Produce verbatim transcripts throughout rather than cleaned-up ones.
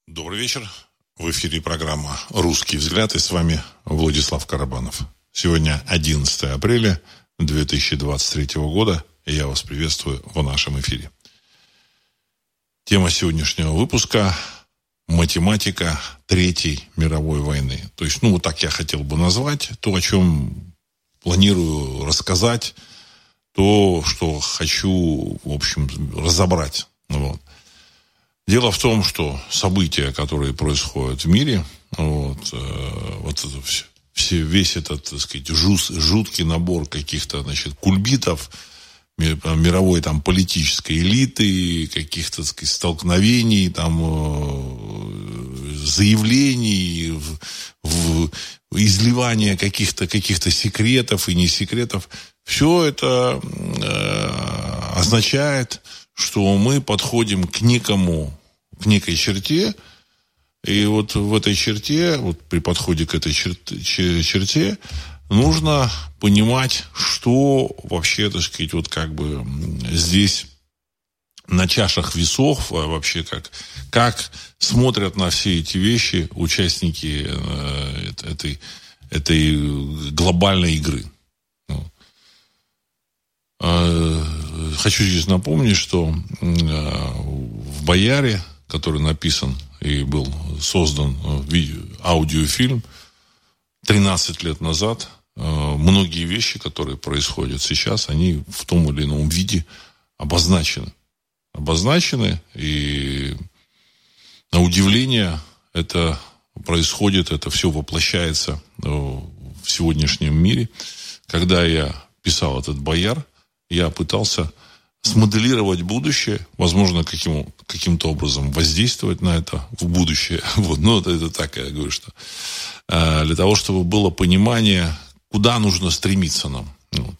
Добрый вечер. В эфире программа «Русский взгляд» и с вами Владислав Карабанов. Сегодня одиннадцатое апреля две тысячи двадцать третьего года, и я вас приветствую в нашем эфире. Тема сегодняшнего выпуска – математика Третьей мировой войны. То есть, ну, вот так я хотел бы назвать то, о чем планирую рассказать, то, что хочу, в общем, разобрать. Вот. Дело в том, что события, которые происходят в мире, вот, э, вот это все, все, весь этот, так сказать, жус, жуткий набор каких-то, значит, кульбитов мировой там политической элиты, каких-то, так сказать, столкновений, там, э, заявлений, в, в, изливания каких-то, каких-то секретов и не секретов, все это э, означает, что мы подходим к некому, к некой черте, и вот в этой черте, вот при подходе к этой черте, черте, нужно понимать, что вообще, так сказать, вот как бы здесь на чашах весов, вообще как, как смотрят на все эти вещи участники э, этой, этой глобальной игры. Хочу здесь напомнить, что в «Бояре», который написан и был создан аудиофильм тринадцать лет назад, многие вещи, которые происходят сейчас, они в том или ином виде обозначены. Обозначены, и на удивление это происходит, это все воплощается в сегодняшнем мире. Когда я писал этот «Бояр», я пытался смоделировать будущее, возможно, каким, каким-то образом воздействовать на это в будущее. Вот. Ну, это, это так, я говорю, что э, для того, чтобы было понимание, куда нужно стремиться нам. Вот.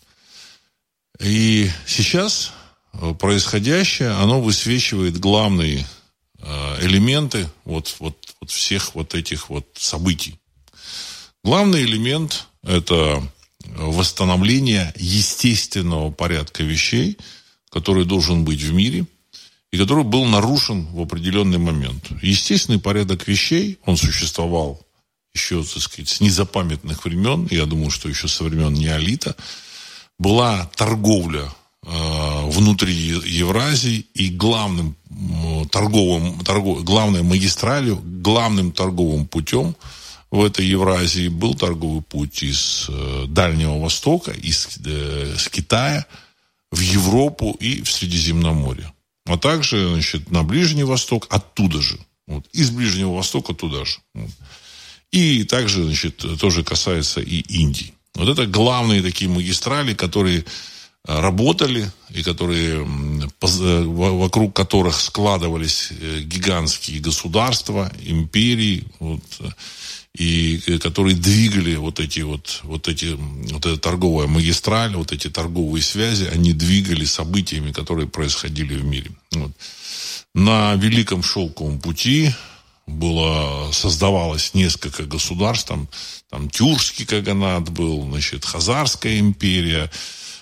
И сейчас происходящее, оно высвечивает главные э, элементы вот, вот, вот всех вот этих вот событий. Главный элемент – это восстановление естественного порядка вещей, который должен быть в мире, и который был нарушен в определенный момент. Естественный порядок вещей, он существовал еще, так сказать, с незапамятных времен, я думаю, что еще со времен неолита, была торговля э, внутри Евразии, и главным э, торговым, торгов, главной магистралью, главным торговым путем в этой Евразии был торговый путь из э, Дальнего Востока, из э, с Китая в Европу и в Средиземноморье. А также, значит, на Ближний Восток оттуда же. Вот, из Ближнего Востока туда же. Вот. И также, значит, тоже касается и Индии. Вот это главные такие магистрали, которые работали и которые, вокруг которых складывались гигантские государства, империи, вот, и которые двигали вот эти вот, вот эти, вот эта торговая магистраль, вот эти торговые связи, они двигали событиями, которые происходили в мире. Вот. На Великом Шелковом пути было, создавалось несколько государств, там, там Тюркский каганат был, значит, Хазарская империя,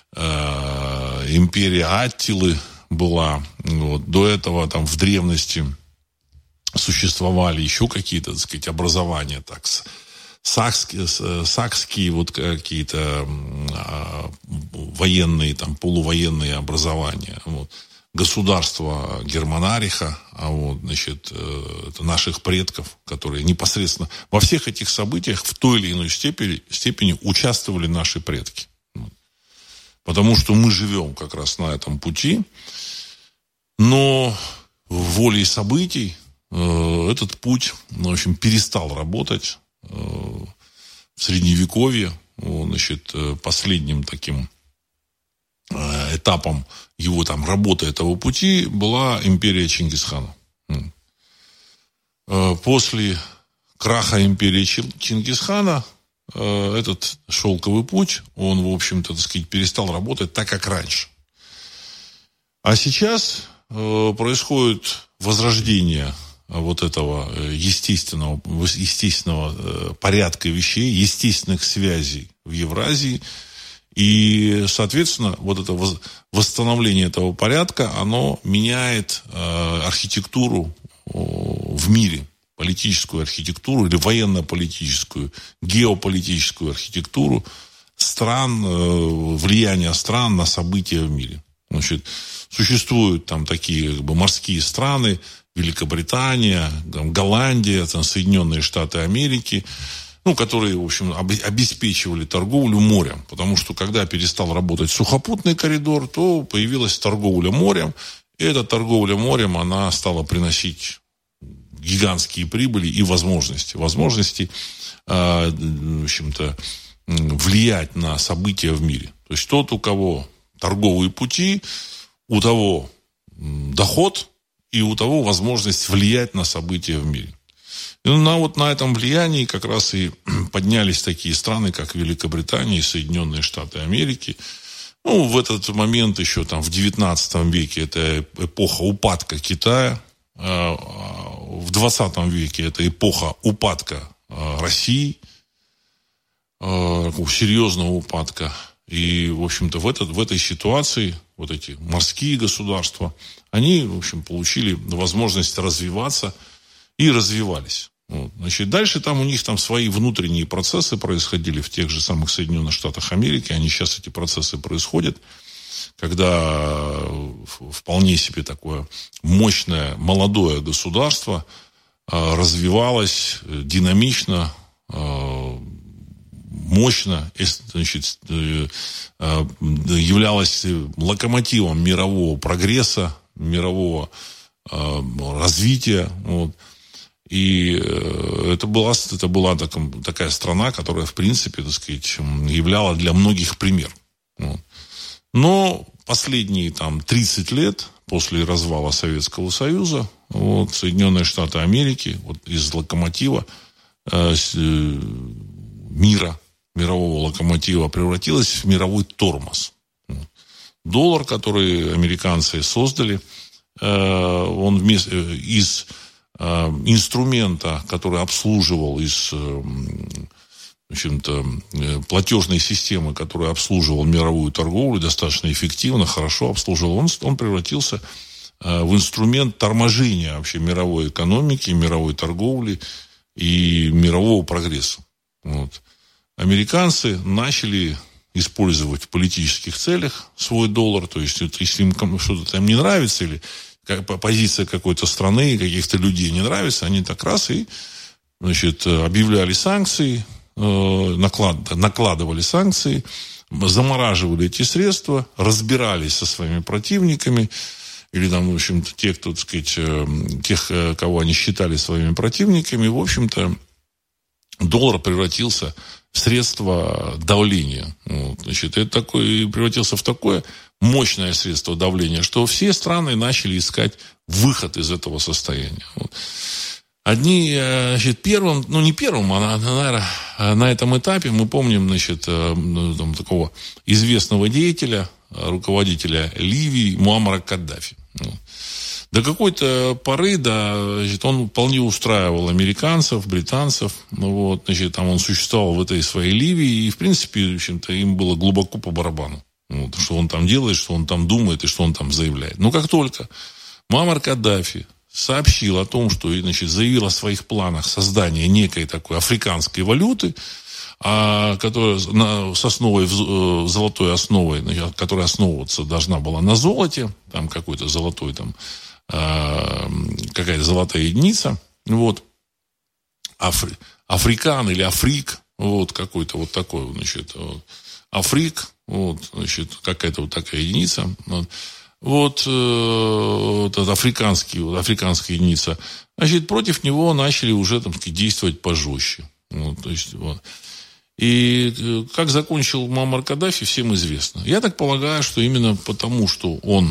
э, империя Аттилы была. Вот. До этого там в древности существовали еще какие-то, так сказать, образования, так, сакские, сакские вот какие-то а, военные, там, полувоенные образования. Вот. Государство Германариха, а вот, значит, это наших предков, которые непосредственно во всех этих событиях в той или иной степени, степени участвовали наши предки. Вот. Потому что мы живем как раз на этом пути, но волей событий этот путь, в общем, перестал работать в Средневековье. Значит, последним таким этапом его там работы этого пути была империя Чингисхана. После краха империи Чингисхана этот шелковый путь, он, в общем-то, так сказать, перестал работать так, как раньше. А сейчас происходит возрождение вот этого естественного, естественного порядка вещей, естественных связей в Евразии. И, соответственно, вот это восстановление этого порядка, оно меняет архитектуру в мире. политическую архитектуру или военно-политическую, геополитическую архитектуру стран, влияние стран на события в мире. Значит, существуют там такие как бы морские страны, Великобритания, там, Голландия, там, Соединенные Штаты Америки, ну, которые, в общем, обеспечивали торговлю морем. Потому что, когда перестал работать сухопутный коридор, то появилась торговля морем. И эта торговля морем, она стала приносить гигантские прибыли и возможности. Возможности, э, в общем-то, влиять на события в мире. То есть тот, у кого торговые пути, у того доход и у того возможность влиять на события в мире. И на, вот на этом влиянии как раз и поднялись такие страны, как Великобритания и Соединенные Штаты Америки. Ну, в этот момент еще там в девятнадцатом веке это эпоха упадка Китая. В двадцатом веке это эпоха упадка России, серьезного упадка. И, в общем-то, в, этот, в этой ситуации вот эти морские государства, они, в общем, получили возможность развиваться и развивались. Вот. Значит, дальше там у них там свои внутренние процессы происходили в тех же самых Соединенных Штатах Америки. Они сейчас, эти процессы происходят, когда вполне себе такое мощное молодое государство развивалось динамично, мощно, значит, являлась локомотивом мирового прогресса, мирового развития. Вот. И это была, это была такая страна, которая, в принципе, так сказать, являла для многих пример. Вот. Но последние там, тридцать лет после развала Советского Союза вот, Соединенные Штаты Америки вот, из локомотива э, мира, мирового локомотива превратилась в мировой тормоз. Вот. Доллар, который американцы создали, э, он вместо, из э, инструмента, который обслуживал, из э, в общем-то, платежной системы, которая обслуживала мировую торговлю достаточно эффективно, хорошо обслуживал, он, он превратился э, в инструмент торможения вообще мировой экономики, мировой торговли и мирового прогресса. Вот. Американцы начали использовать в политических целях свой доллар, то есть если им что-то там не нравится или позиция какой-то страны, каких-то людей не нравится, они так раз и, значит, объявляли санкции, наклад, накладывали санкции, замораживали эти средства, разбирались со своими противниками, или там, в общем-то, те, кто, так сказать, тех, кого они считали своими противниками, в общем-то, доллар превратился в средство давления. Вот, значит, это такой, превратился в такое мощное средство давления, что все страны начали искать выход из этого состояния. Вот. Одни, значит, первым, ну не первым, а, наверное, на этом этапе мы помним, значит, там, такого известного деятеля, руководителя Ливии Муаммара Каддафи. До какой-то поры, да, значит, он вполне устраивал американцев, британцев. Ну, вот, значит, там он существовал в этой своей Ливии, и, в принципе, в общем-то, им было глубоко по барабану. Вот, что он там делает, что он там думает и что он там заявляет. Но как только Муаммар Каддафи сообщил о том, что, значит, заявил о своих планах создания некой такой африканской валюты, а, которая на, с основой, золотой основой, значит, которая основываться должна была на золоте, там какой-то золотой, там, а, какая-то золотая единица, вот, Афри, африкан или африк, вот, какой-то вот такой, значит, вот, африк, вот, значит, какая-то вот такая единица, вот. Вот, э, вот этот африканский, вот, африканская единица, значит, против него начали уже, там, действовать пожестче. Вот, то есть, вот. И э, как закончил Муаммар Каддафи, всем известно. Я так полагаю, что именно потому, что он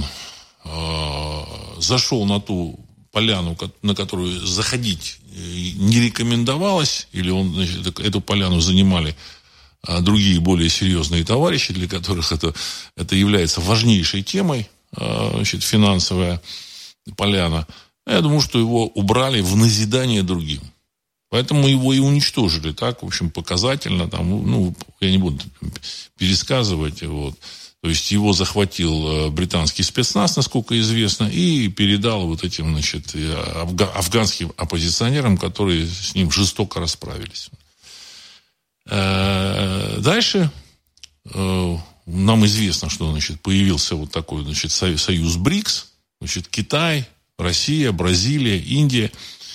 э, зашел на ту поляну, на которую заходить не рекомендовалось, или он, значит, эту поляну занимали э, другие более серьезные товарищи, для которых это, это является важнейшей темой, значит, финансовая поляна. Я думаю, что его убрали в назидание другим. Поэтому его и уничтожили. Так, в общем, показательно. Там, ну, я не буду пересказывать. Вот. То есть его захватил британский спецназ, насколько известно, и передал вот этим, значит, афга- афганским оппозиционерам, которые с ним жестоко расправились. Дальше нам известно, что, значит, появился вот такой, значит, союз БРИКС, значит, Китай, Россия, Бразилия, Индия.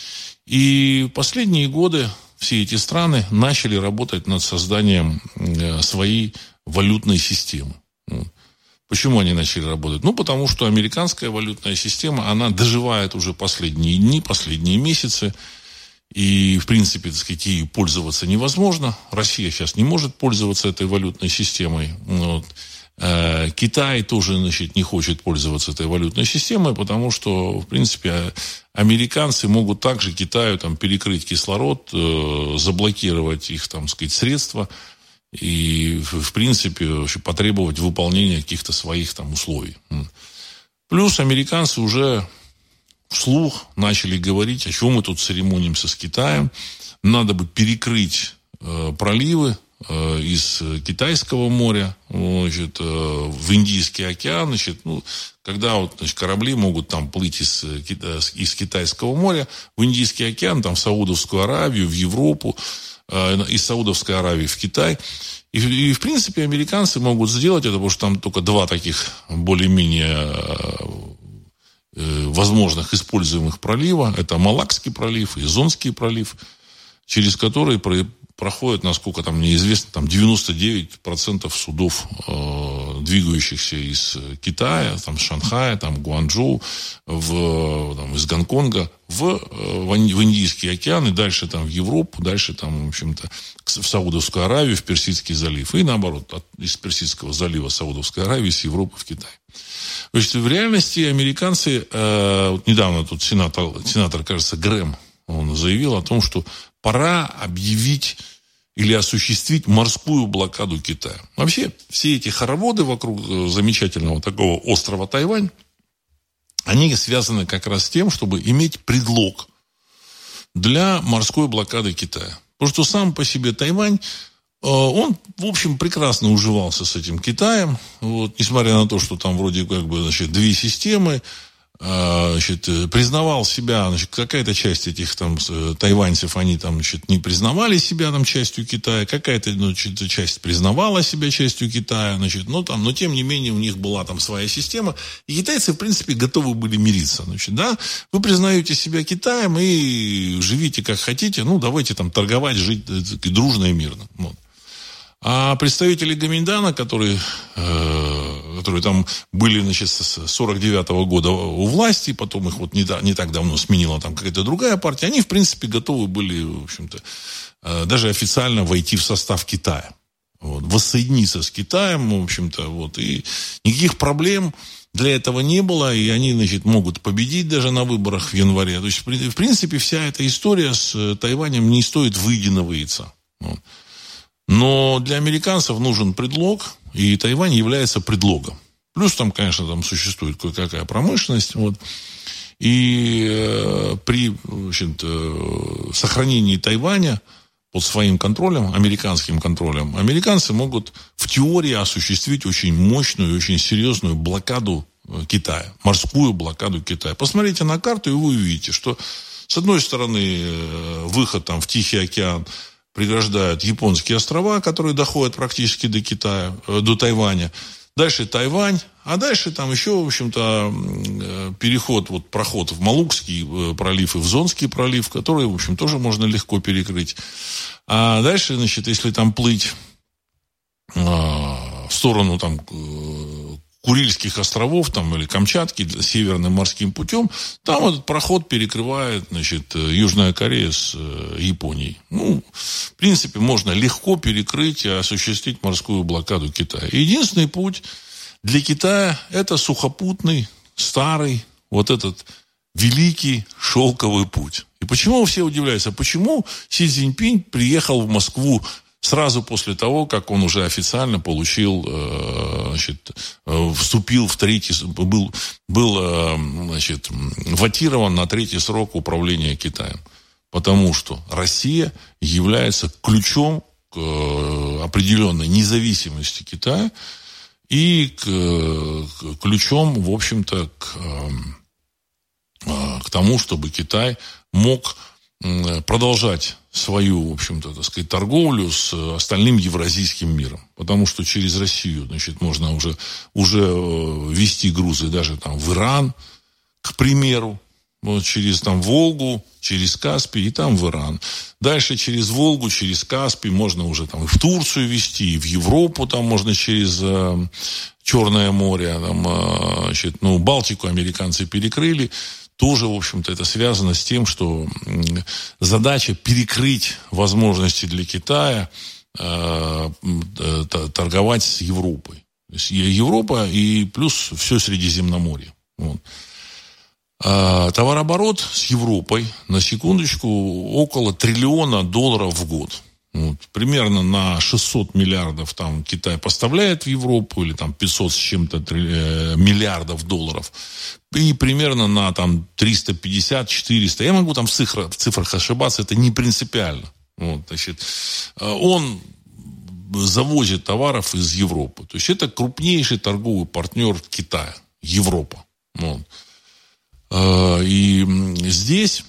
И в последние годы все эти страны начали работать над созданием своей валютной системы. Почему они начали работать? Ну, потому что американская валютная система, она доживает уже последние дни, последние месяцы. И, в принципе, так сказать, ею пользоваться невозможно. Россия сейчас не может пользоваться этой валютной системой. Вот. Китай тоже, значит, не хочет пользоваться этой валютной системой, потому что, в принципе, американцы могут также Китаю там перекрыть кислород, заблокировать их, там, сказать, средства и, в принципе, потребовать выполнения каких-то своих там условий. Плюс американцы уже вслух начали говорить, о чем мы тут церемонимся с Китаем. Надо бы перекрыть э, проливы э, из Китайского моря, значит, э, в Индийский океан. Значит, ну, когда вот, значит, корабли могут там плыть из, из Китайского моря в Индийский океан, там, в Саудовскую Аравию, в Европу, э, из Саудовской Аравии в Китай. И, и, в принципе, американцы могут сделать это, потому что там только два таких более-менее возможных используемых пролива. Это Малакский пролив и Зонский пролив, через который про, проходит, насколько там мне известно, там девяносто девять процентов судов, э, двигающихся из Китая, там, с Шанхая, там, Гуанчжоу, в, там, из Гонконга в, в Индийский океан и дальше там, в Европу, дальше там, в общем-то, в Саудовскую Аравию, в Персидский залив. И наоборот, от, из Персидского залива Саудовской Аравии, с Европы в Китай. То есть, в реальности американцы, э, вот недавно тут сенатор, сенатор, кажется, Грэм, он заявил о том, что пора объявить или осуществить морскую блокаду Китая. Вообще, все эти хороводы вокруг замечательного такого острова Тайвань, они связаны как раз с тем, чтобы иметь предлог для морской блокады Китая. Потому что сам по себе Тайвань, он, в общем, прекрасно уживался с этим Китаем. Вот, несмотря на то, что там вроде как бы, значит, две системы, значит, признавал себя, значит, какая-то часть этих там тайваньцев, они там, значит, не признавали себя там частью Китая, какая-то, значит, часть признавала себя частью Китая, значит, но там, но тем не менее у них была там своя система, и китайцы, в принципе, готовы были мириться, значит, да, вы признаете себя Китаем и живите как хотите, ну, давайте там торговать, жить дружно и мирно, вот. А представители Гоминдана, которые, э, которые там были, значит, с сорок девятого года у власти, потом их вот не, да, не так давно сменила там какая-то другая партия, они, в принципе, готовы были, в общем-то, э, даже официально войти в состав Китая. Вот, воссоединиться с Китаем, в общем-то, вот, и никаких проблем для этого не было, и они, значит, могут победить даже на выборах в январе. То есть, в принципе, вся эта история с Тайванем не стоит выеденного яйца. Вот. Но для американцев нужен предлог, и Тайвань является предлогом. Плюс там, конечно, там существует кое-какая промышленность. Вот. И э, при, значит, э, сохранении Тайваня под своим контролем, американским контролем, американцы могут в теории осуществить очень мощную и очень серьезную блокаду Китая, морскую блокаду Китая. Посмотрите на карту, и вы увидите, что с одной стороны выход там, в Тихий океан преграждают японские острова, которые доходят практически до Китая, до Тайваня. Дальше Тайвань, а дальше там еще, в общем-то, переход, вот проход в Малукский пролив и в Зонский пролив, который, в общем, тоже можно легко перекрыть. А дальше, значит, если там плыть в сторону там Курильских островов там, или Камчатки северным морским путем, там этот проход перекрывает, значит, Южная Корея с Японией. Ну, в принципе, можно легко перекрыть и осуществить морскую блокаду Китая. И единственный путь для Китая – это сухопутный, старый, вот этот великий шелковый путь. И почему все удивляются? Почему Си Цзиньпинь приехал в Москву сразу после того, как он уже официально получил, значит, вступил в третий, был, был, значит, вотирован на третий срок управления Китаем. Потому что Россия является ключом к определенной независимости Китая и к, к ключом, в общем-то, к, к тому, чтобы Китай мог продолжать свою, в общем-то, так сказать, торговлю с остальным евразийским миром. Потому что через Россию, значит, можно уже, уже везти грузы даже там в Иран, к примеру, вот через там Волгу, через Каспий и там в Иран. Дальше через Волгу, через Каспий можно уже там и в Турцию везти, и в Европу там можно через э, Черное море, там, э, значит, ну, Балтику американцы перекрыли. Тоже, в общем-то, это связано с тем, что задача перекрыть возможности для Китая э, торговать с Европой. То есть Европа и плюс все Средиземноморье. Вот. А товарооборот с Европой, на секундочку, около триллиона долларов в год. Вот. Примерно на шестьсот миллиардов там Китай поставляет в Европу, или там пятьсот с чем-то миллиардов долларов. И примерно на там триста пятьдесят - четыреста. Я могу там в цифрах, в цифрах ошибаться, это не принципиально. Вот, значит, он завозит товаров из Европы. То есть это крупнейший торговый партнер Китая, Европа. Вот. И здесь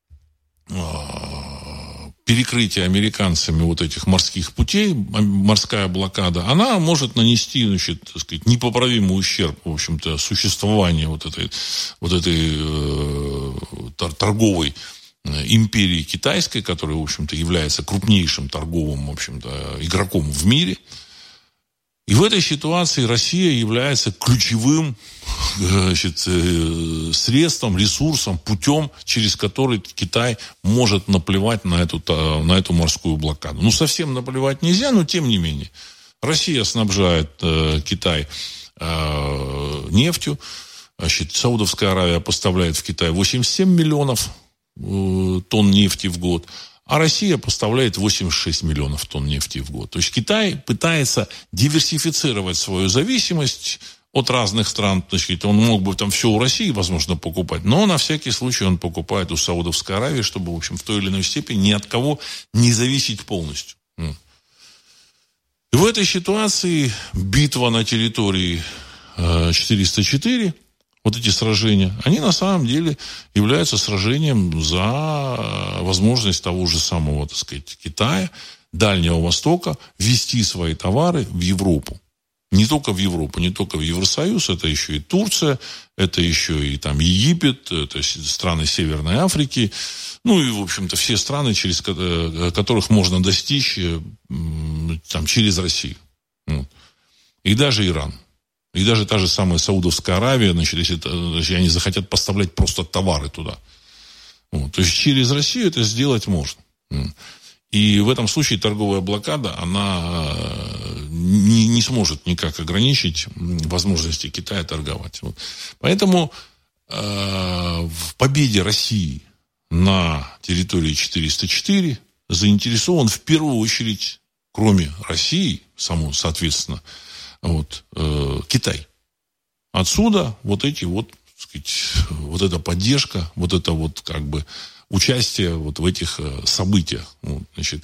перекрытие американцами вот этих морских путей, морская блокада, она может нанести, значит, так сказать, непоправимый ущерб, в общем-то, существованию вот этой, вот этой э, торговой империи китайской, которая, в общем-то, является крупнейшим торговым, в общем-то, игроком в мире. И в этой ситуации Россия является ключевым, значит, средством, ресурсом, путем, через который Китай может наплевать на эту, на эту морскую блокаду. Ну, совсем наплевать нельзя, но тем не менее. Россия снабжает э, Китай э, нефтью. Значит, Саудовская Аравия поставляет в Китай восемьдесят семь миллионов э, тонн нефти в год. А Россия поставляет восемьдесят шесть миллионов тонн нефти в год. То есть Китай пытается диверсифицировать свою зависимость от разных стран. Значит, он мог бы там все у России, возможно, покупать, но на всякий случай он покупает у Саудовской Аравии, чтобы, в общем, в той или иной степени ни от кого не зависеть полностью. И в этой ситуации битва на территории четыреста четыре, вот эти сражения, они на самом деле являются сражением за возможность того же самого, так сказать, Китая, Дальнего Востока ввести свои товары в Европу. Не только в Европу, не только в Евросоюз, это еще и Турция, это еще и там Египет, это страны Северной Африки, ну и, в общем-то, все страны, через которых можно достичь там, через Россию. И даже Иран. И даже та же самая Саудовская Аравия, значит, если, если они захотят поставлять просто товары туда. Вот. То есть через Россию это сделать можно. И в этом случае торговая блокада, она не, не сможет никак ограничить возможности Китая торговать. Вот. Поэтому э, в победе России на территории четыреста четыре заинтересован в первую очередь, кроме России, само, соответственно, вот, э, Китай. Отсюда вот эти вот, так сказать, вот эта поддержка, вот это вот как бы участие вот в этих э, событиях. Вот, значит.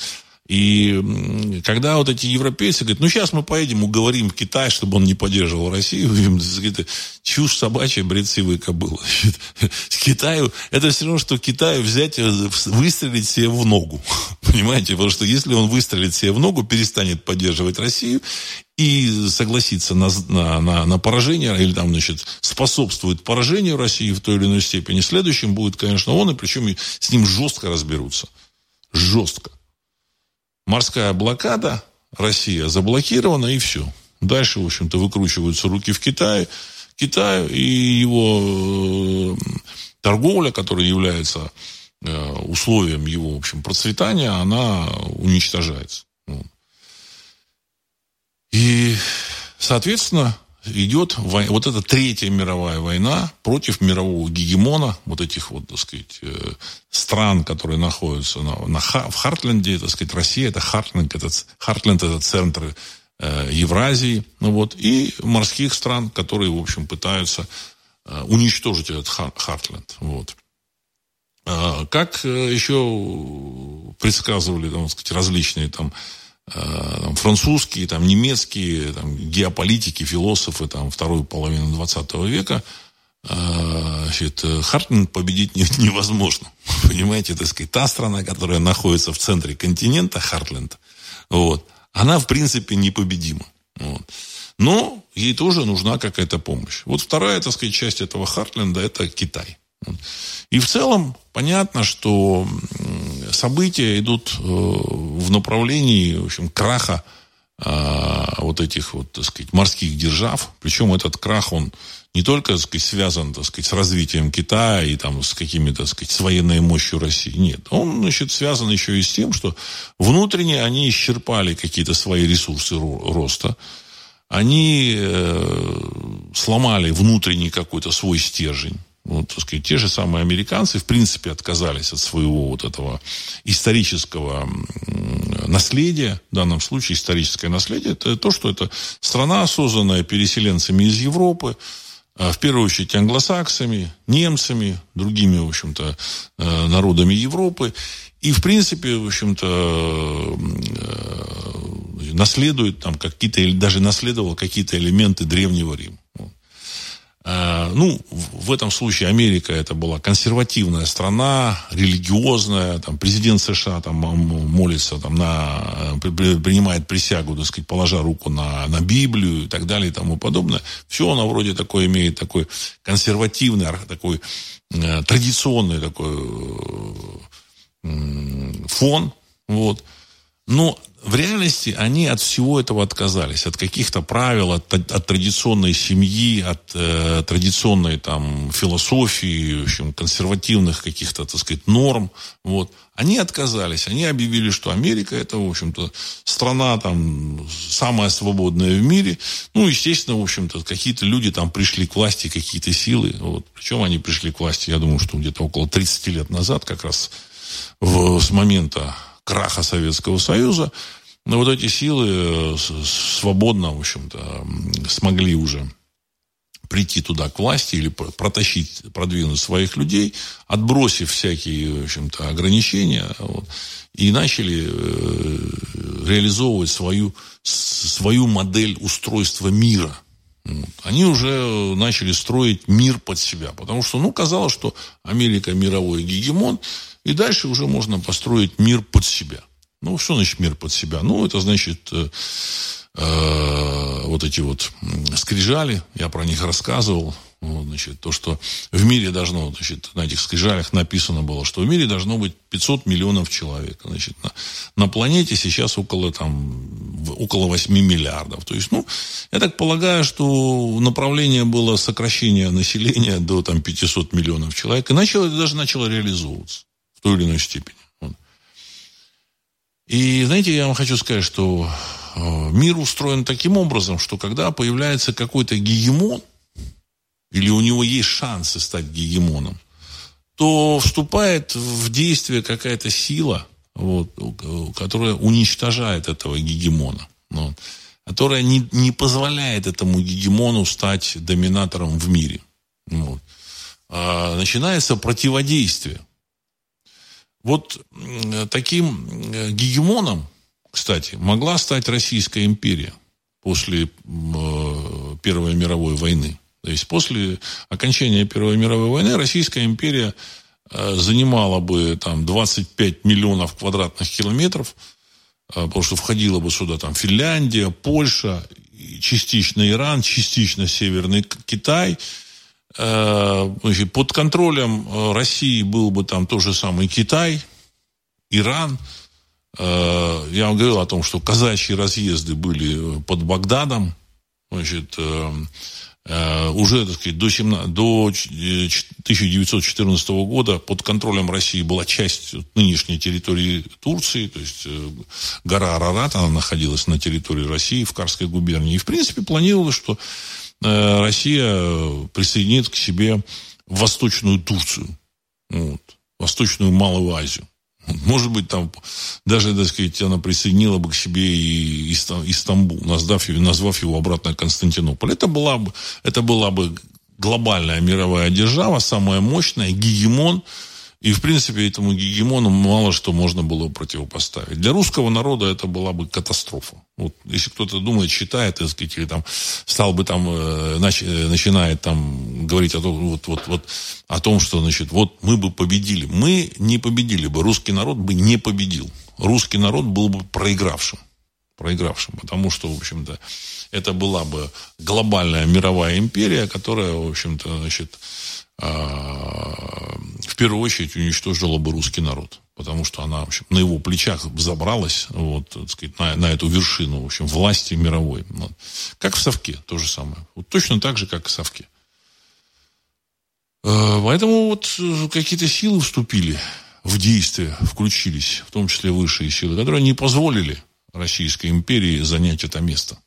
И когда вот эти европейцы говорят, ну сейчас мы поедем, уговорим Китай, чтобы он не поддерживал Россию, это чушь собачья, бред сивой кобылы. Китаю, это все равно, что Китаю взять, выстрелить себе в ногу. Понимаете? Потому что если он выстрелит себе в ногу, перестанет поддерживать Россию и согласится на, на, на, на поражение, или там, значит, способствует поражению России в той или иной степени, следующим будет, конечно, он, и причем с ним жестко разберутся. Жестко. Морская блокада, Россия заблокирована, и все. Дальше, в общем-то, выкручиваются руки в Китае. Китаю и его торговля, которая является условием его, в общем, процветания, она уничтожается. И, соответственно, идет война, вот эта Третья мировая война против мирового гегемона, вот этих вот, так сказать, стран, которые находятся на, на, в Хартленде, так сказать, Россия, это Хартленд, это, Хартленд, это центр э, Евразии, ну вот, и морских стран, которые, в общем, пытаются э, уничтожить этот Хартленд, вот. Э, как еще предсказывали, там, так сказать, различные там там, французские, там, немецкие там, геополитики, философы там, второй половины двадцатого века, значит, Хартленд победить невозможно. Понимаете, так сказать, та страна, которая находится в центре континента, Хартленд, вот, она, в принципе, непобедима. Вот. Но ей тоже нужна какая-то помощь. Вот вторая, так сказать, часть этого Хартленда – это Китай. И в целом понятно, что события идут в направлении, в общем, краха вот этих вот, так сказать, морских держав. Причем этот крах, он не только, так сказать, связан, так сказать, с развитием Китая и там с какими-то, так сказать, с военной мощью России. Нет. Он, значит, связан еще и с тем, что внутренне они исчерпали какие-то свои ресурсы роста. Они э, сломали внутренний какой-то свой стержень. Вот, так сказать, те же самые американцы, в принципе, отказались от своего вот этого исторического наследия. В данном случае историческое наследие – это то, что это страна, созданная переселенцами из Европы, в первую очередь англосаксами, немцами, другими, в общем-то, народами Европы. И, в принципе, в общем-то, наследует там какие-то, или даже наследовал какие-то элементы Древнего Рима. Ну, в этом случае Америка это была консервативная страна, религиозная, там, президент США там, молится, там, на, принимает присягу, так сказать, положа руку на, на Библию и так далее и тому подобное. Все оно вроде такое имеет такой консервативный, такой э, традиционный такой э, фон, вот. Но в реальности они от всего этого отказались. От каких-то правил, от, от традиционной семьи, от э, традиционной там, философии, в общем, консервативных каких-то, так сказать, норм. Вот. Они отказались. Они объявили, что Америка это, в общем-то, страна там, самая свободная в мире. Ну, естественно, в общем-то, какие-то люди там пришли к власти, какие-то силы. Вот. Причем они пришли к власти, я думаю, что где-то около тридцать лет назад, как раз в, с момента краха Советского Союза, но вот эти силы свободно, в общем-то, смогли уже прийти туда к власти или протащить, продвинуть своих людей, отбросив всякие, в общем-то, ограничения, вот, и начали э, реализовывать свою, свою модель устройства мира. Вот. Они уже начали строить мир под себя, потому что, ну, казалось, что Америка мировой гегемон, и дальше уже можно построить мир под себя. Ну, что значит мир под себя? Ну, это значит э, э, вот эти вот скрижали, я про них рассказывал. Вот, значит, то, что в мире должно, значит, на этих скрижалях написано было, что в мире должно быть пятьсот миллионов человек. Значит, на, на планете сейчас около, там, около восемь миллиардов. То есть, ну, я так полагаю, что направление было сокращение населения до там, пятьсот миллионов человек. И начало, это даже начало реализовываться в той или иной степени. Вот. И, знаете, я вам хочу сказать, что э, мир устроен таким образом, что когда появляется какой-то гегемон, или у него есть шансы стать гегемоном, то вступает в действие какая-то сила, вот, которая уничтожает этого гегемона, вот, которая не, не позволяет этому гегемону стать доминатором в мире. Вот. А начинается противодействие. Вот таким гегемоном, кстати, могла стать Российская империя после Первой мировой войны. То есть после окончания Первой мировой войны Российская империя занимала бы там двадцать пять миллионов квадратных километров, потому что входила бы сюда там Финляндия, Польша, частично Иран, частично Северный Китай. Значит, под контролем России был бы там тот же самый Китай, Иран. Я вам говорил о том, что казачьи разъезды были под Багдадом. Значит, уже, так сказать, до, семнадцатого, до тысяча девятьсот четырнадцатого года под контролем России была часть нынешней территории Турции, то есть гора Арарат, она находилась на территории России, в Карской губернии. И, в принципе, планировалось, что Россия присоединит к себе Восточную Турцию, вот, Восточную Малую Азию. Может быть, там даже, так сказать, она присоединила бы к себе и Истамбул, назвав его, назвав его обратно Константинополь. Это была бы, это была бы глобальная мировая держава, самая мощная, гегемон. И, в принципе, этому гегемону мало что можно было противопоставить. Для русского народа это была бы катастрофа. Вот, если кто-то думает, считает, так сказать, или там стал бы там, э, нач, э, начинает там говорить о том, вот, вот, вот, о том, что, значит, вот мы бы победили. Мы не победили бы. Русский народ бы не победил. Русский народ был бы проигравшим. Проигравшим. Потому что, в общем-то, это была бы глобальная мировая империя, которая, в общем-то, значит, в первую очередь уничтожила бы русский народ, потому что она, в общем, на его плечах взобралась, вот, так сказать, на, на эту вершину, в общем, власти мировой. Вот. Как в Совке, то же самое. Вот точно так же, как и в Совке. Поэтому вот какие-то силы вступили в действие, включились, в том числе высшие силы, которые не позволили Российской империи занять это место.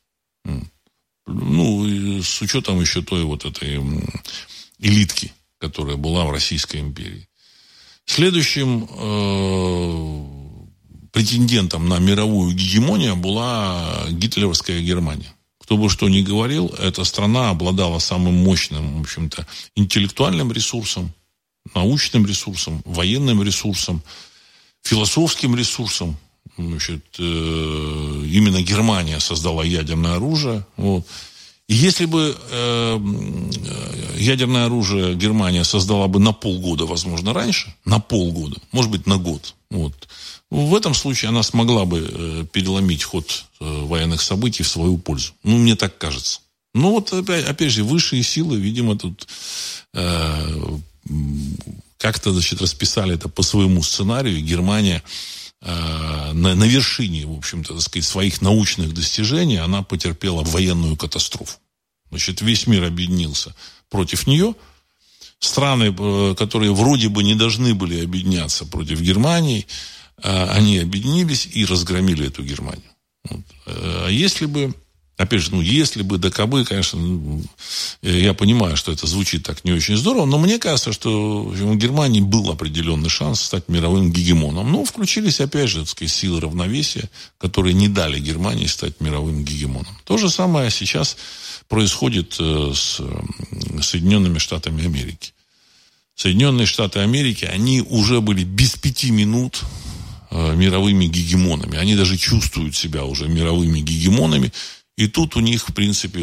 Ну, с учетом еще той вот этой элитки, которая была в Российской империи. Следующим э, претендентом на мировую гегемонию была гитлеровская Германия. Кто бы что ни говорил, эта страна обладала самым мощным, в общем-то, интеллектуальным ресурсом, научным ресурсом, военным ресурсом, философским ресурсом. Значит, э, именно Германия создала ядерное оружие. Вот. И если бы э, ядерное оружие Германия создала бы на полгода, возможно, раньше, на полгода, может быть, на год, вот, в этом случае она смогла бы э, переломить ход э, военных событий в свою пользу. Ну, мне так кажется. Ну, вот, опять, опять же, высшие силы, видимо, тут э, как-то, значит, расписали это по своему сценарию. Германия э, на, на вершине, в общем-то, так сказать, своих научных достижений, она потерпела военную катастрофу. Значит, весь мир объединился против нее. Страны, которые вроде бы не должны были объединяться против Германии, они объединились и разгромили эту Германию. Вот. А если бы, опять же, ну, если бы, да кабы, конечно, я понимаю, что это звучит так не очень здорово, но мне кажется, что у Германии был определенный шанс стать мировым гегемоном. Но включились, опять же, так сказать, силы равновесия, которые не дали Германии стать мировым гегемоном. То же самое сейчас происходит с Соединенными Штатами Америки. Соединенные Штаты Америки, они уже были без пяти минут мировыми гегемонами. Они даже чувствуют себя уже мировыми гегемонами. И тут у них, в принципе,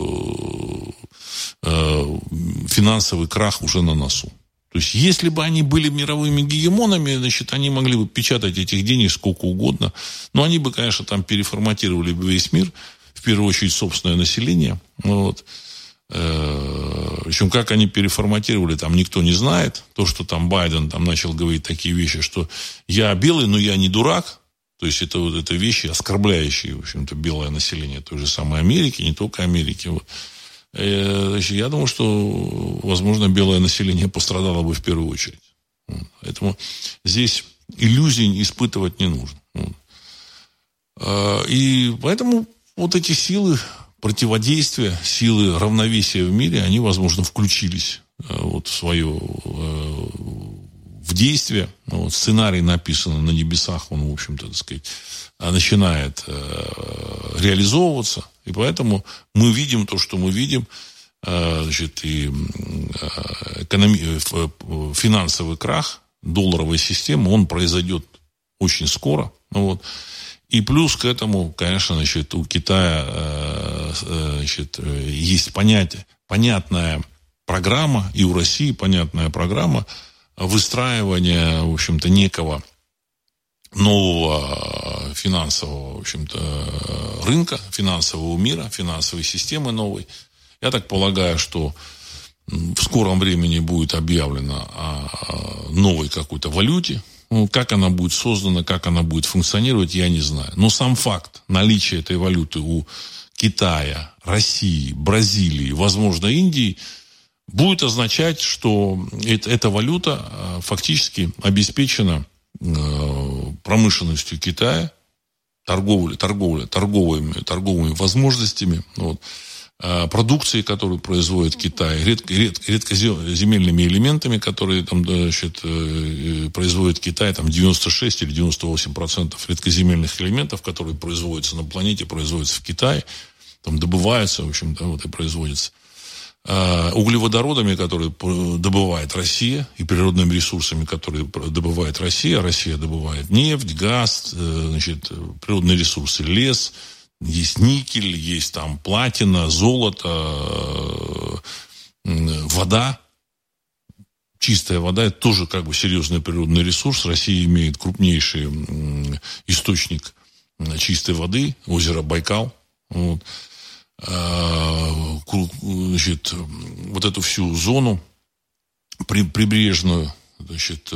финансовый крах уже на носу. То есть, если бы они были мировыми гегемонами, значит, они могли бы печатать этих денег сколько угодно. Но они бы, конечно, там переформатировали бы весь мир, в первую очередь, собственное население. Вот. Причем, как они переформатировали, там никто не знает. То, что там Байден там начал говорить такие вещи, что я белый, но я не дурак. То есть, это, вот, это вещи, оскорбляющие, в общем-то, белое население той же самой Америки, не только Америки. Вот. Значит, я думаю, что, возможно, белое население пострадало бы в первую очередь. Поэтому здесь иллюзий испытывать не нужно. И поэтому вот эти силы противодействия, силы равновесия в мире, они, возможно, включились вот в свое в действие. Вот, сценарий написан на небесах, он, в общем-то, так сказать, начинает реализовываться. И поэтому мы видим то, что мы видим. Значит, и экономи... финансовый крах долларовой системы, он произойдет очень скоро. Вот. И плюс к этому, конечно, значит, у Китая значит, есть понятие, понятная программа, и у России понятная программа выстраивания, в общем-то, некого нового финансового, в общем-то, рынка, финансового мира, финансовой системы новой. Я так полагаю, что в скором времени будет объявлено о новой какой-то валюте. Ну, как она будет создана, как она будет функционировать, я не знаю. Но сам факт наличия этой валюты у Китая, России, Бразилии, возможно, Индии, будет означать, что эта валюта фактически обеспечена промышленностью Китая, торговлей, торговлей, торговыми, торговыми возможностями, вот, продукцией, которую производит Китай, редко, редко, редкоземельными элементами, которые там, значит, производит Китай, там девяносто шесть или девяносто восемь процентов редкоземельных элементов, которые производятся на планете, производятся в Китае, там добываются, в общем, да, вот и производятся. углеводородами, которые добывает Россия, и природными ресурсами, которые добывает Россия. Россия добывает нефть, газ, значит, природные ресурсы, лес, есть никель, есть там платина, золото, вода. Чистая вода – это тоже как бы серьезный природный ресурс. Россия имеет крупнейший источник чистой воды, озеро Байкал. Вот. Значит, вот эту всю зону при, прибрежную, значит,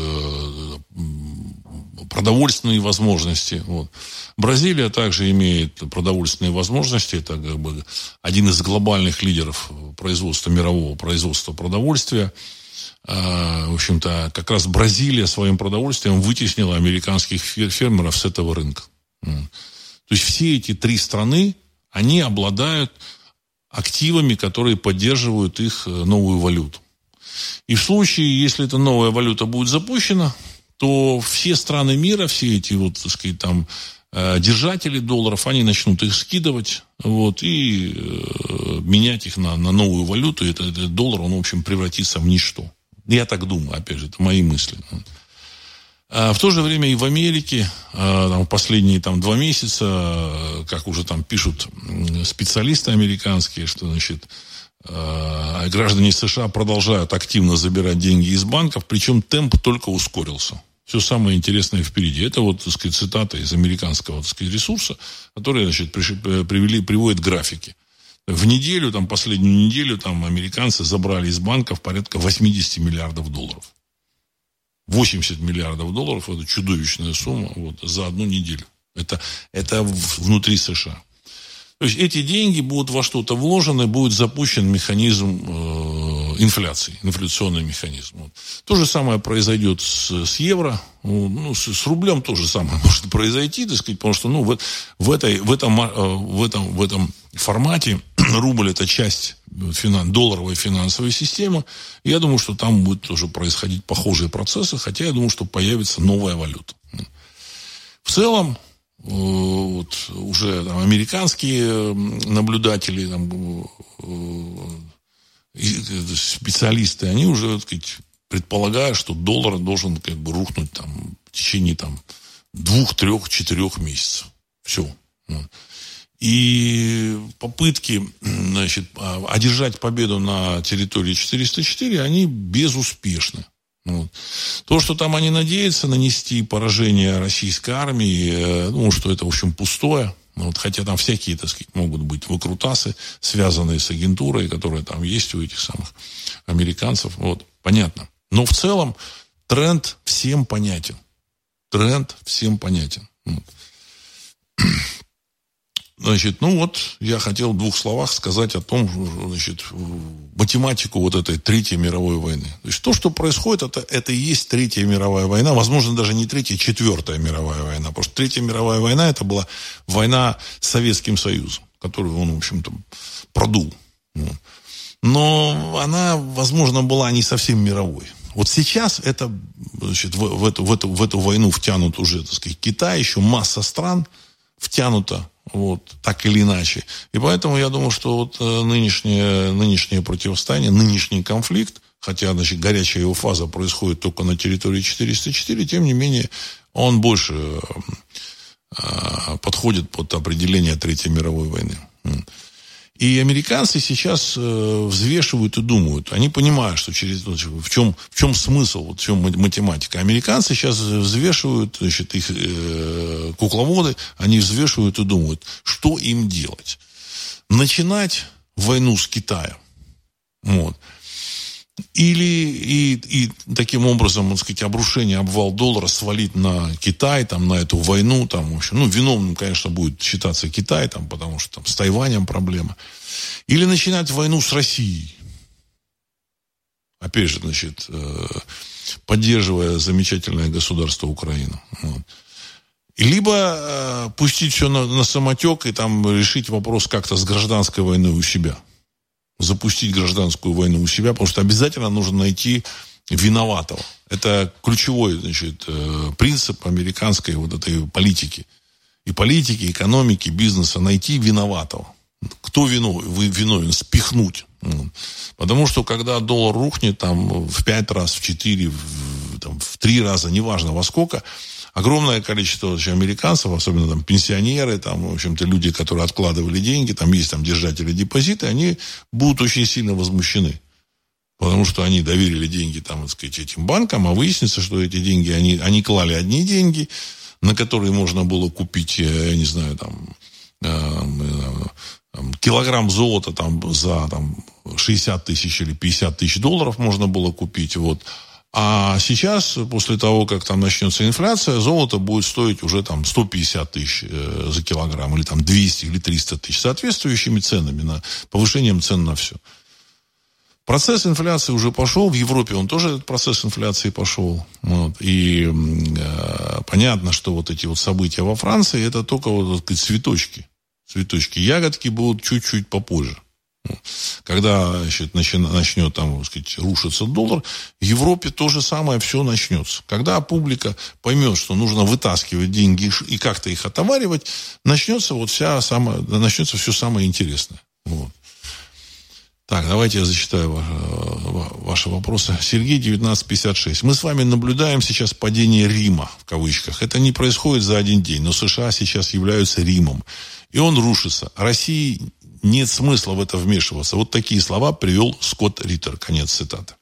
продовольственные возможности. Вот. Бразилия также имеет продовольственные возможности. Это как бы один из глобальных лидеров производства, мирового производства продовольствия. В общем-то, как раз Бразилия своим продовольствием вытеснила американских фермеров с этого рынка. То есть все эти три страны, они обладают активами, которые поддерживают их новую валюту. И в случае, если эта новая валюта будет запущена, то все страны мира, все эти вот, так сказать, там, держатели долларов, они начнут их скидывать, вот, и э, менять их на, на новую валюту, и этот, этот доллар, он, в общем, превратится в ничто. Я так думаю, опять же, это мои мысли. В то же время и в Америке там, последние там, два месяца, как уже там пишут специалисты американские, что, значит, граждане США продолжают активно забирать деньги из банков, причем темп только ускорился. Все самое интересное впереди. Это вот, так сказать, цитата из американского, так сказать, ресурса, который, значит, привели, приводит графики. В неделю, там, последнюю неделю, там, американцы забрали из банков порядка восемьдесят миллиардов долларов. восемьдесят миллиардов долларов – это чудовищная сумма вот, за одну неделю. Это, это внутри США. То есть эти деньги будут во что-то вложены, будет запущен механизм э, инфляции, инфляционный механизм. Вот. То же самое произойдет с, с евро, ну, с, с рублем то же самое может произойти, так сказать, потому что ну, в, в, этой, в, этом, в, этом, в этом формате рубль – это часть финан, долларовой финансовой системы. Я думаю, что там будут тоже происходить похожие процессы, хотя я думаю, что появится новая валюта. В целом, вот, уже там, американские наблюдатели, там, специалисты, они уже, так сказать, предполагают, что доллар должен как бы рухнуть там, в течение там, двух, трех, четырех месяцев. Все. И попытки, значит, одержать победу на территории четыреста четыре, они безуспешны. Вот. То, что там они надеются нанести поражение российской армии, ну, что это, в общем, пустое. Вот, хотя там всякие, так сказать, могут быть выкрутасы, связанные с агентурой, которая там есть у этих самых американцев. Вот, понятно. Но в целом тренд всем понятен. Тренд всем понятен. Вот. Значит, ну вот, я хотел в двух словах сказать о том, значит, математику вот этой Третьей мировой войны. То есть то, что происходит, это, это и есть Третья мировая война. Возможно, даже не Третья, Четвертая мировая война. Потому что Третья мировая война, это была война с Советским Союзом, которую он, в общем-то, продул. Но она, возможно, была не совсем мировой. Вот сейчас это, значит, в, в, эту, в, эту, в эту войну втянут уже, так сказать, Китай, еще масса стран втянута. Вот, так или иначе. И поэтому я думаю, что вот нынешнее, нынешнее противостояние, нынешний конфликт, хотя, значит, горячая его фаза происходит только на территории четыреста четыре, тем не менее, он больше э, подходит под определение Третьей мировой войны. И американцы сейчас э, взвешивают и думают. Они понимают, что через, в, чем, в чем смысл, вот в чем математика. Американцы сейчас взвешивают, значит, их э, кукловоды, они взвешивают и думают, что им делать. Начинать войну с Китаем. Вот. Или и, и таким образом, так сказать, обрушение, обвал доллара свалить на Китай, там, на эту войну, там, в общем, ну, виновным, конечно, будет считаться Китай, там, потому что там с Тайванем проблема. Или начинать войну с Россией. Опять же, значит, поддерживая замечательное государство Украину. Вот. Либо э, пустить все на, на самотек и там решить вопрос как-то с гражданской войной у себя. Запустить гражданскую войну у себя, потому что обязательно нужно найти виноватого. Это ключевой, значит, принцип американской вот этой политики. И политики, экономики, бизнеса. Найти виноватого. Кто виновен? Спихнуть. Потому что когда доллар рухнет там, в пять раз, в четыре, в, там, в три раза, неважно во сколько, огромное количество американцев, особенно там, пенсионеры, там, в общем-то, люди, которые откладывали деньги, там есть там, держатели депозита, они будут очень сильно возмущены. Потому что они доверили деньги там, так сказать, этим банкам, а выяснится, что эти деньги, они, они клали одни деньги, на которые можно было купить, я не знаю, там, э, килограмм золота там, за там, шестьдесят тысяч или пятьдесят тысяч долларов можно было купить. Вот. А сейчас, после того, как там начнется инфляция, золото будет стоить уже там сто пятьдесят тысяч э, за килограмм, или там двести или триста тысяч, соответствующими ценами, на, повышением цен на все. Процесс инфляции уже пошел, в Европе он тоже этот процесс инфляции пошел. Вот. И э, понятно, что вот эти вот события во Франции, это только вот, так сказать, цветочки. Цветочки. Ягодки будут чуть-чуть попозже. Когда значит, начнет, начнет там, так сказать, рушиться доллар, в Европе то же самое все начнется. Когда публика поймет, что нужно вытаскивать деньги и как-то их отоваривать, начнется, вот вся самая, начнется все самое интересное. Вот. Так, давайте я зачитаю ваши вопросы. Сергей, девятнадцать пятьдесят шесть. Мы с вами наблюдаем сейчас падение Рима, в кавычках. Это не происходит за один день, но США сейчас являются Римом. И он рушится. России нет смысла в это вмешиваться. Вот такие слова привел Скотт Риттер. Конец цитаты.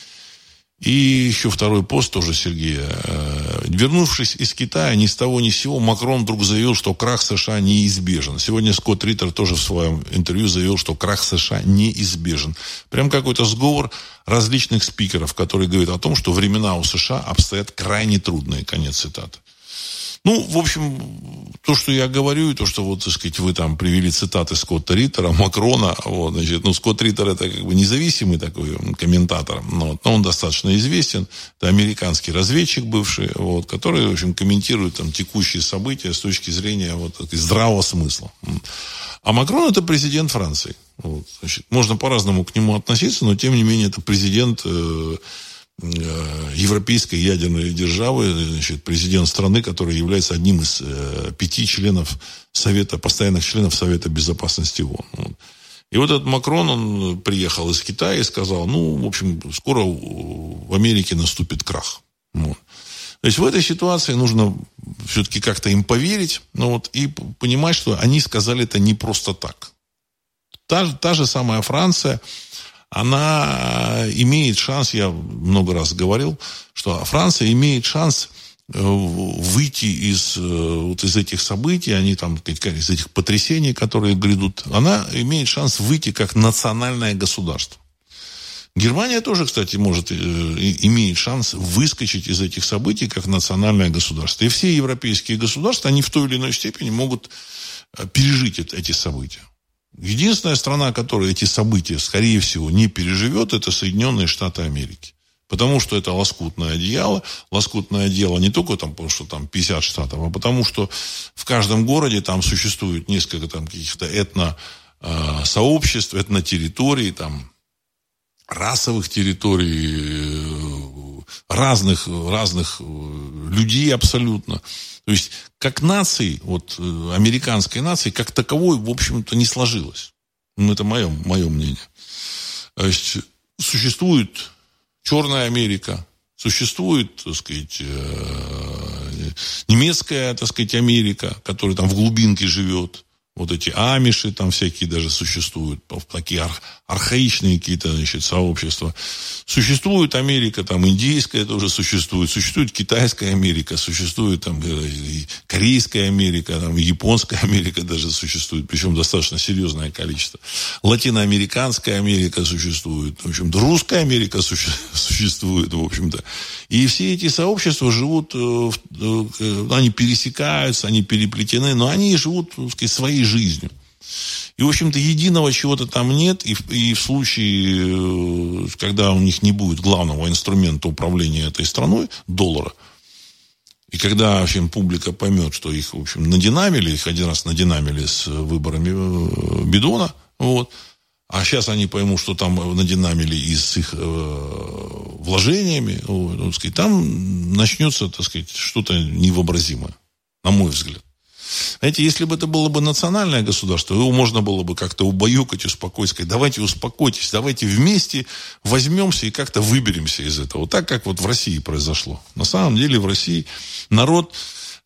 И еще второй пост тоже Сергея. Вернувшись из Китая, ни с того ни с сего, Макрон вдруг заявил, что крах США неизбежен. Сегодня Скотт Риттер тоже в своем интервью заявил, что крах США неизбежен. Прям какой-то сговор различных спикеров, которые говорят о том, что времена у США обстоят крайне трудные. Конец цитаты. Ну, в общем, то, что я говорю, и то, что, вот, так сказать, вы там привели цитаты Скотта Риттера, Макрона, вот, значит, ну, Скотт Риттер это как бы независимый такой комментатор, но, но он достаточно известен, это американский разведчик бывший, вот, который, в общем, комментирует там текущие события с точки зрения вот, здравого смысла. А Макрон это президент Франции. Вот, значит, можно по-разному к нему относиться, но, тем не менее, это президент э, европейской ядерной державы, значит, президент страны, который является одним из э, пяти членов Совета, постоянных членов Совета Безопасности ООН. Вот. И вот этот Макрон, он приехал из Китая и сказал, ну, в общем, скоро в Америке наступит крах. Вот. То есть в этой ситуации нужно все-таки как-то им поверить, ну, вот, и понимать, что они сказали это не просто так. Та, та же самая Франция, она имеет шанс, я много раз говорил, что Франция имеет шанс выйти из, вот из этих событий, они там, из этих потрясений, которые грядут, она имеет шанс выйти как национальное государство. Германия тоже, кстати, может, имеет шанс выскочить из этих событий как национальное государство. И все европейские государства, они в той или иной степени могут пережить эти события. Единственная страна, которая эти события, скорее всего, не переживет, это Соединенные Штаты Америки. Потому что это лоскутное одеяло. Лоскутное одеяло не только там, потому что там пятьдесят штатов, а потому что в каждом городе там существует несколько там каких-то этносообществ, этнотерриторий, там, расовых территорий, разных, разных людей абсолютно. То есть, как нации, вот, американской нации, как таковой, в общем-то, не сложилось. Ну, это мое, мое мнение. То есть, существует Черная Америка, существует, так сказать, немецкая, так сказать, Америка, которая там в глубинке живет. Вот эти амиши там всякие даже существуют, такие ар- архаичные какие-то, значит, сообщества. Существует Америка, там индейская тоже существует, существует китайская Америка, существует там корейская Америка, там японская Америка даже существует, причем достаточно серьезное количество. Латиноамериканская Америка существует, в общем-то, русская Америка суще- существует, в общем-то. И все эти сообщества живут, они пересекаются, они переплетены, но они живут, так сказать, своей жизнью. И, в общем-то, единого чего-то там нет, и, и в случае, когда у них не будет главного инструмента управления этой страной, доллара, и когда, в общем, публика поймет, что их, в общем, надинамили, их один раз надинамили с выборами Бидона, вот, а сейчас они поймут, что там надинамили и с их э, вложениями, вот, так сказать, там начнется, так сказать, что-то невообразимое, на мой взгляд. Знаете, если бы это было бы национальное государство, его можно было бы как-то убаюкать, успокоить, сказать, давайте успокойтесь, давайте вместе возьмемся и как-то выберемся из этого. Так, как вот в России произошло. На самом деле в России народ,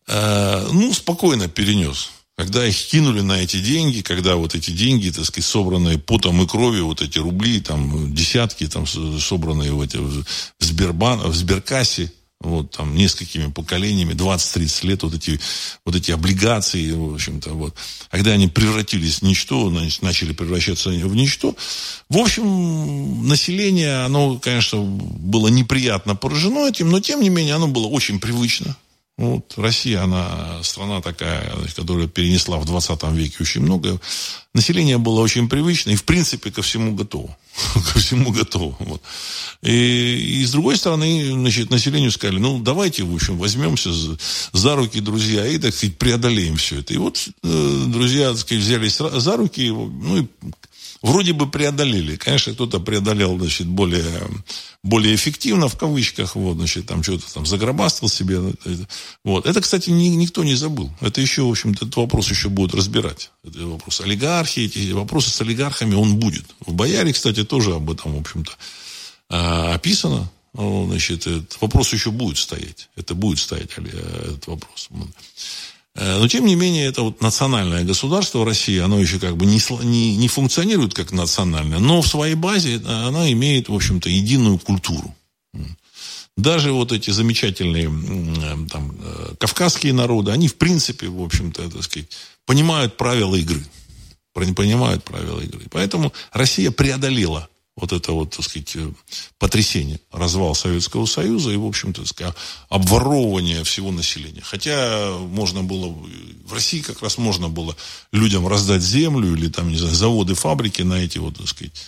э, ну, спокойно перенес. Когда их кинули на эти деньги, когда вот эти деньги, так сказать, собранные потом и кровью, вот эти рубли, там, десятки, там, собранные в, эти, в, Сбербан, в Сберкассе, вот, там, несколькими поколениями, двадцать-тридцать лет, вот эти, вот эти облигации, в общем-то, вот. А когда они превратились в ничто, начали превращаться в ничто, в общем, население, оно, конечно, было неприятно поражено этим, но, тем не менее, оно было очень привычно. Вот, Россия, она страна такая, которая перенесла в двадцатом веке очень много. Население было очень привычно и, в принципе, ко всему готово. Ко всему готово. Вот. И, и, с другой стороны, значит, населению сказали, ну, давайте, в общем, возьмемся за, за руки, друзья, и, так сказать, преодолеем все это. И вот э, друзья, так сказать, взялись за руки, ну, и вроде бы преодолели. Конечно, кто-то преодолел, значит, более, более эффективно, в кавычках, вот, значит, там что-то там загробастал себе. Вот. Это, кстати, ни, никто не забыл. Это еще, в общем-то, этот вопрос еще будут разбирать. Это вопрос олигархии, эти вопросы с олигархами, он будет. В «Бояре», кстати, тоже об этом, в общем-то, описано. Значит, этот вопрос еще будет стоять. Это будет стоять, этот вопрос. Но, тем не менее, это вот национальное государство России, оно еще как бы не, не, не функционирует как национальное, но в своей базе она имеет, в общем-то, единую культуру. Даже вот эти замечательные там, кавказские народы, они, в принципе, в общем-то, так сказать, понимают правила игры. Понимают правила игры. Поэтому Россия преодолела вот это вот, так сказать, потрясение, развал Советского Союза и, в общем-то, так сказать, обворовывание всего населения. Хотя можно было, в России как раз можно было людям раздать землю или там, не знаю, заводы, фабрики на эти вот, так сказать,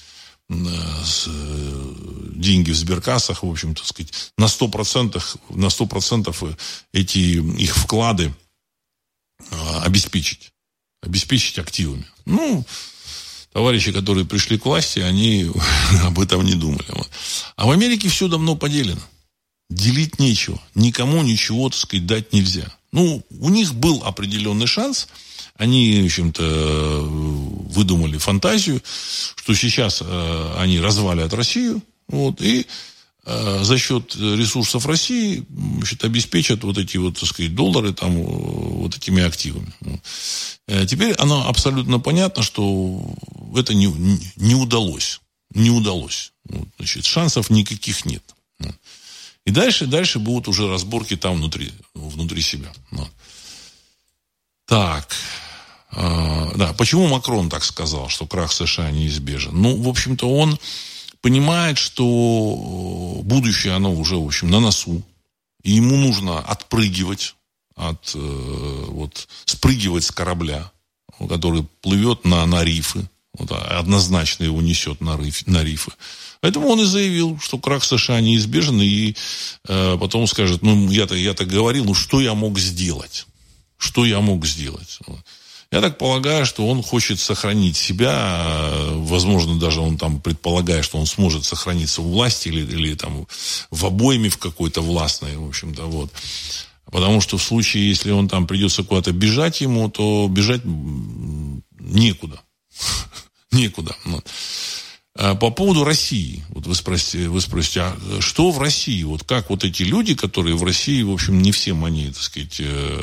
деньги в сберкассах, в общем-то, так сказать, на сто процентов, на сто процентов эти их вклады обеспечить, обеспечить активами. Ну, товарищи, которые пришли к власти, они об этом не думали. Вот. А в Америке все давно поделено. Делить нечего. Никому ничего, так сказать, дать нельзя. Ну, у них был определенный шанс. Они, в общем-то, выдумали фантазию, что сейчас э, они развалят Россию. Вот, и э, за счет ресурсов России, значит, обеспечат вот эти вот, так сказать, доллары там, вот этими активами. Теперь оно абсолютно понятно, что это не, не удалось. Не удалось. Вот, значит, шансов никаких нет. И дальше, дальше будут уже разборки там внутри, внутри себя. Вот. Так. Э, да, почему Макрон так сказал, что крах США неизбежен? Ну, в общем-то, он понимает, что будущее, оно уже, в общем, на носу. И ему нужно отпрыгивать. От, э, вот, спрыгивать с корабля, который плывет на, на рифы, вот, однозначно его несет на, риф, на рифы. Поэтому он и заявил, что крах США неизбежен, и э, потом скажет, ну, я-то, я-то говорил, ну, что я мог сделать? Что я мог сделать? Я так полагаю, что он хочет сохранить себя, возможно, даже он там предполагает, что он сможет сохраниться у власти или, или там в обойме в какой-то властной, в общем-то, вот. Потому что в случае, если он там придется куда-то бежать ему, то бежать некуда. Некуда. По поводу России. Вот вы спросите, вы спросите, а что в России? Вот как вот эти люди, которые в России, в общем, не всем они, так сказать,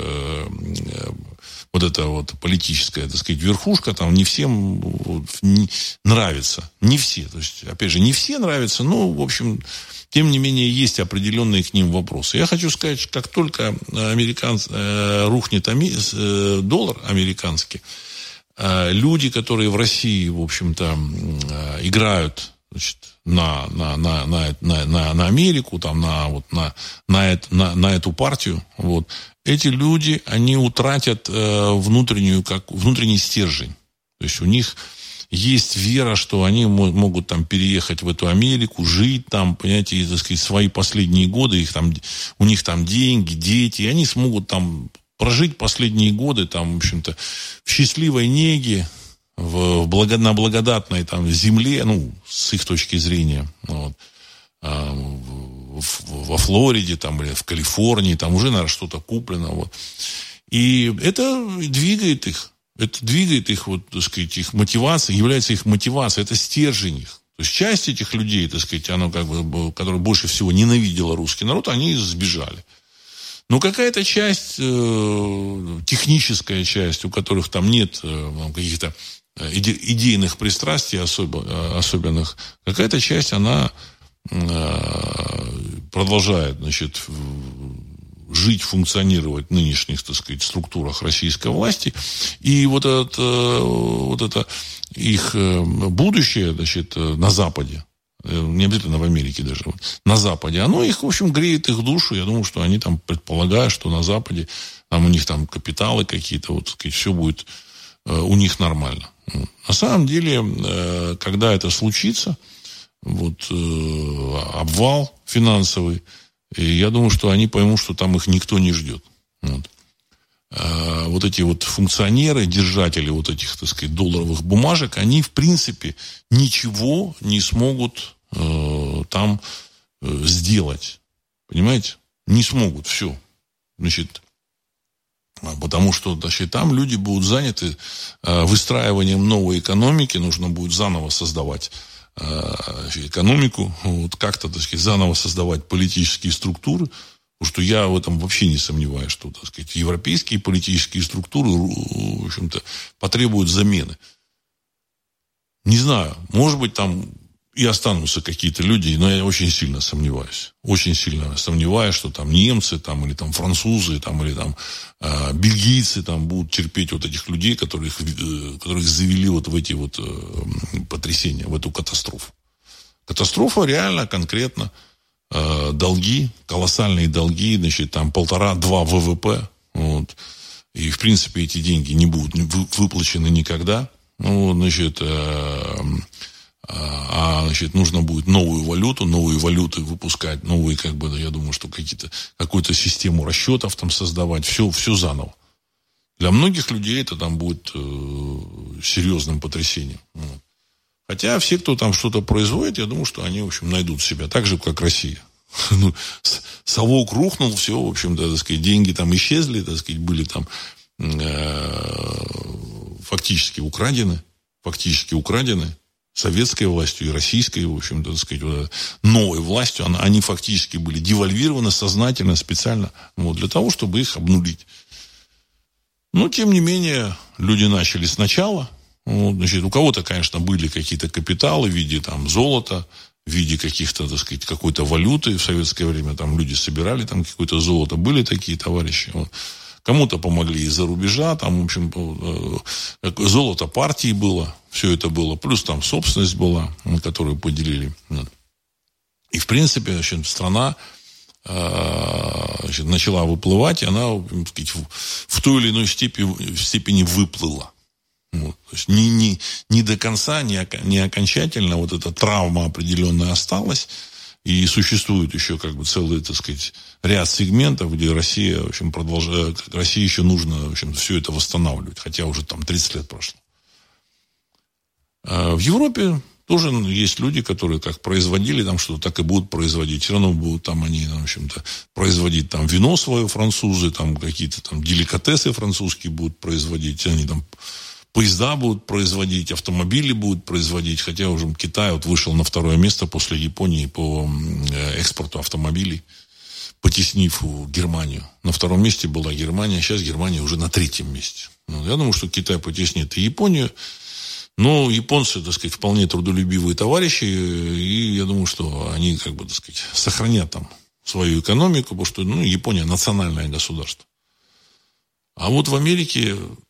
вот эта вот политическая, так сказать, верхушка, там не всем вот, не нравится. Не все. То есть, опять же, не все нравятся, но, в общем, тем не менее, есть определенные к ним вопросы. Я хочу сказать, как только американ... рухнет ами... доллар американский, люди, которые в России, в общем-то, играют, значит, на, на, на, на, на, на Америку, там, на, вот, на, на, это, на, на эту партию, вот, эти люди, они утратят внутреннюю, как, внутренний стержень. То есть у них есть вера, что они могут там переехать в эту Америку, жить там, понимаете, и, так сказать, свои последние годы, их там, у них там деньги, дети, и они смогут там прожить последние годы там, в общем-то, в счастливой неге, в, в благо, на благодатной там земле, ну, с их точки зрения, вот, а, в, в, во Флориде там, или в Калифорнии, там уже, наверное, что-то куплено, вот. И это двигает их. Это двигает их, вот, так сказать, их мотивацией, является их мотивацией. Это стержень их. То есть часть этих людей, так сказать, оно как бы, которая больше всего ненавидела русский народ, они сбежали. Но какая-то часть, э, техническая часть, у которых там нет э, каких-то иде- идейных пристрастий особо, особенных, какая-то часть, она э, продолжает, значит, жить, функционировать в нынешних, так сказать, структурах российской власти. И вот это, вот это их будущее, значит, на Западе, не обязательно в Америке даже, на Западе, оно их, в общем, греет их душу. Я думаю, что они там предполагают, что на Западе, там у них там капиталы какие-то, вот, так сказать, все будет у них нормально. На самом деле, когда это случится, вот, обвал финансовый, и я думаю, что они поймут, что там их никто не ждет. Вот. А вот эти вот функционеры, держатели вот этих, так сказать, долларовых бумажек, они, в принципе, ничего не смогут э, там э, сделать. Понимаете? Не смогут. Все. Значит, потому что, значит, там люди будут заняты э, выстраиванием новой экономики. Нужно будет заново создавать экономику, вот как-то, так сказать, заново создавать политические структуры, потому что я в этом вообще не сомневаюсь, что, так сказать, европейские политические структуры, в общем-то, потребуют замены. Не знаю, может быть, там и останутся какие-то люди, но я очень сильно сомневаюсь. Очень сильно сомневаюсь, что там немцы, там, или там французы, там, или там э, бельгийцы там, будут терпеть вот этих людей, которых, э, которых завели вот в эти вот э, потрясения, в эту катастрофу. Катастрофа реально, конкретно, э, долги, колоссальные долги, значит, там полтора-два ВВП. Вот. И, в принципе, эти деньги не будут выплачены никогда. Ну, значит, э, а, значит, нужно будет новую валюту, новые валюты выпускать, новые, как бы, я думаю, что какие-то, какую-то систему расчетов там создавать, все, все заново. Для многих людей это там будет э, серьезным потрясением. Вот. Хотя все, кто там что-то производит, я думаю, что они, в общем, найдут себя, так же, как Россия. Ну, совок рухнул, все, в общем-то, так сказать, деньги там исчезли, так сказать, были там э, фактически украдены, фактически украдены. Советской властью и российской, в общем-то, так сказать, вот новой властью, она, они фактически были девальвированы сознательно, специально, вот, для того, чтобы их обнулить. Но, тем не менее, люди начали сначала. Вот, значит, у кого-то, конечно, были какие-то капиталы в виде там, золота, в виде каких-то, так сказать, какой-то валюты. В советское время там люди собирали там какое-то золото. Были такие товарищи. Вот. Кому-то помогли из-за рубежа, там, в общем, золото партии было, все это было, плюс там собственность была, которую поделили. И, в принципе, значит, страна значит, начала выплывать, и она, так сказать, в той или иной степени, степени выплыла. Вот. То есть не, не, не до конца, не, не окончательно, вот эта травма определенная осталась. И существует еще как бы целый, так сказать, ряд сегментов, где Россия, в общем, продолжает, России еще нужно, в общем, все это восстанавливать, хотя уже там тридцать лет прошло. А в Европе тоже есть люди, которые как производили там что-то, так и будут производить. Все равно будут там они, в общем-то, производить там вино свое, французы, там какие-то там деликатесы французские будут производить, они там поезда будут производить, автомобили будут производить, хотя уже Китай вот вышел на второе место после Японии по экспорту автомобилей, потеснив Германию. На втором месте была Германия, сейчас Германия уже на третьем месте. Ну, я думаю, что Китай потеснит и Японию, но японцы, так сказать, вполне трудолюбивые товарищи, и я думаю, что они, как бы, так сказать, сохранят там свою экономику, потому что, ну, Япония национальное государство. А вот в Америке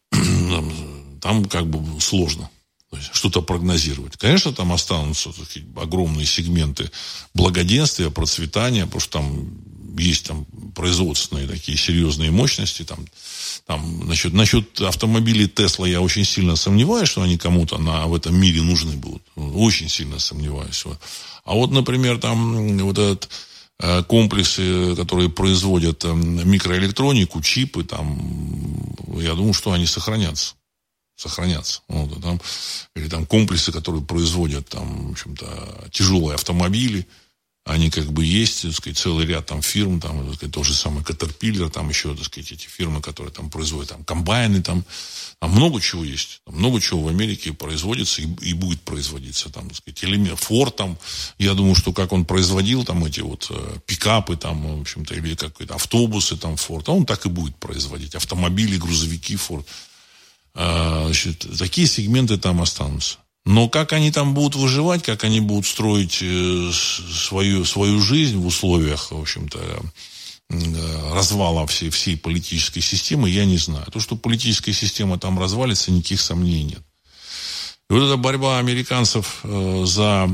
там как бы сложно что-то прогнозировать. Конечно, там останутся такие огромные сегменты благоденствия, процветания, потому что там есть там производственные такие серьезные мощности. Там, там, насчет, насчет автомобилей Тесла я очень сильно сомневаюсь, что они кому-то на, в этом мире нужны будут. Очень сильно сомневаюсь. А вот, например, там вот этот комплексы, которые производят микроэлектронику, чипы, там, я думаю, что они сохранятся. Сохранятся. Вот, там, или там комплексы, которые производят там, в общем-то, тяжелые автомобили, Они как бы есть, так сказать, целый ряд там фирм, там, так сказать, тот же самый Caterpillar, там еще, так сказать, эти фирмы, которые там производят там комбайны, там, там много чего есть. Там много чего в Америке производится и, и будет производиться. Там, так сказать, элемент, Ford, там, я думаю, что как он производил там эти вот э, пикапы, там, в общем-то, или какие-то автобусы, там, Ford, а он так и будет производить. Автомобили, грузовики Ford. А, значит, такие сегменты там останутся. Но как они там будут выживать, как они будут строить свою, свою жизнь в условиях, в общем-то, развала всей, всей политической системы, я не знаю. То, что политическая система там развалится, никаких сомнений нет. И вот эта борьба американцев за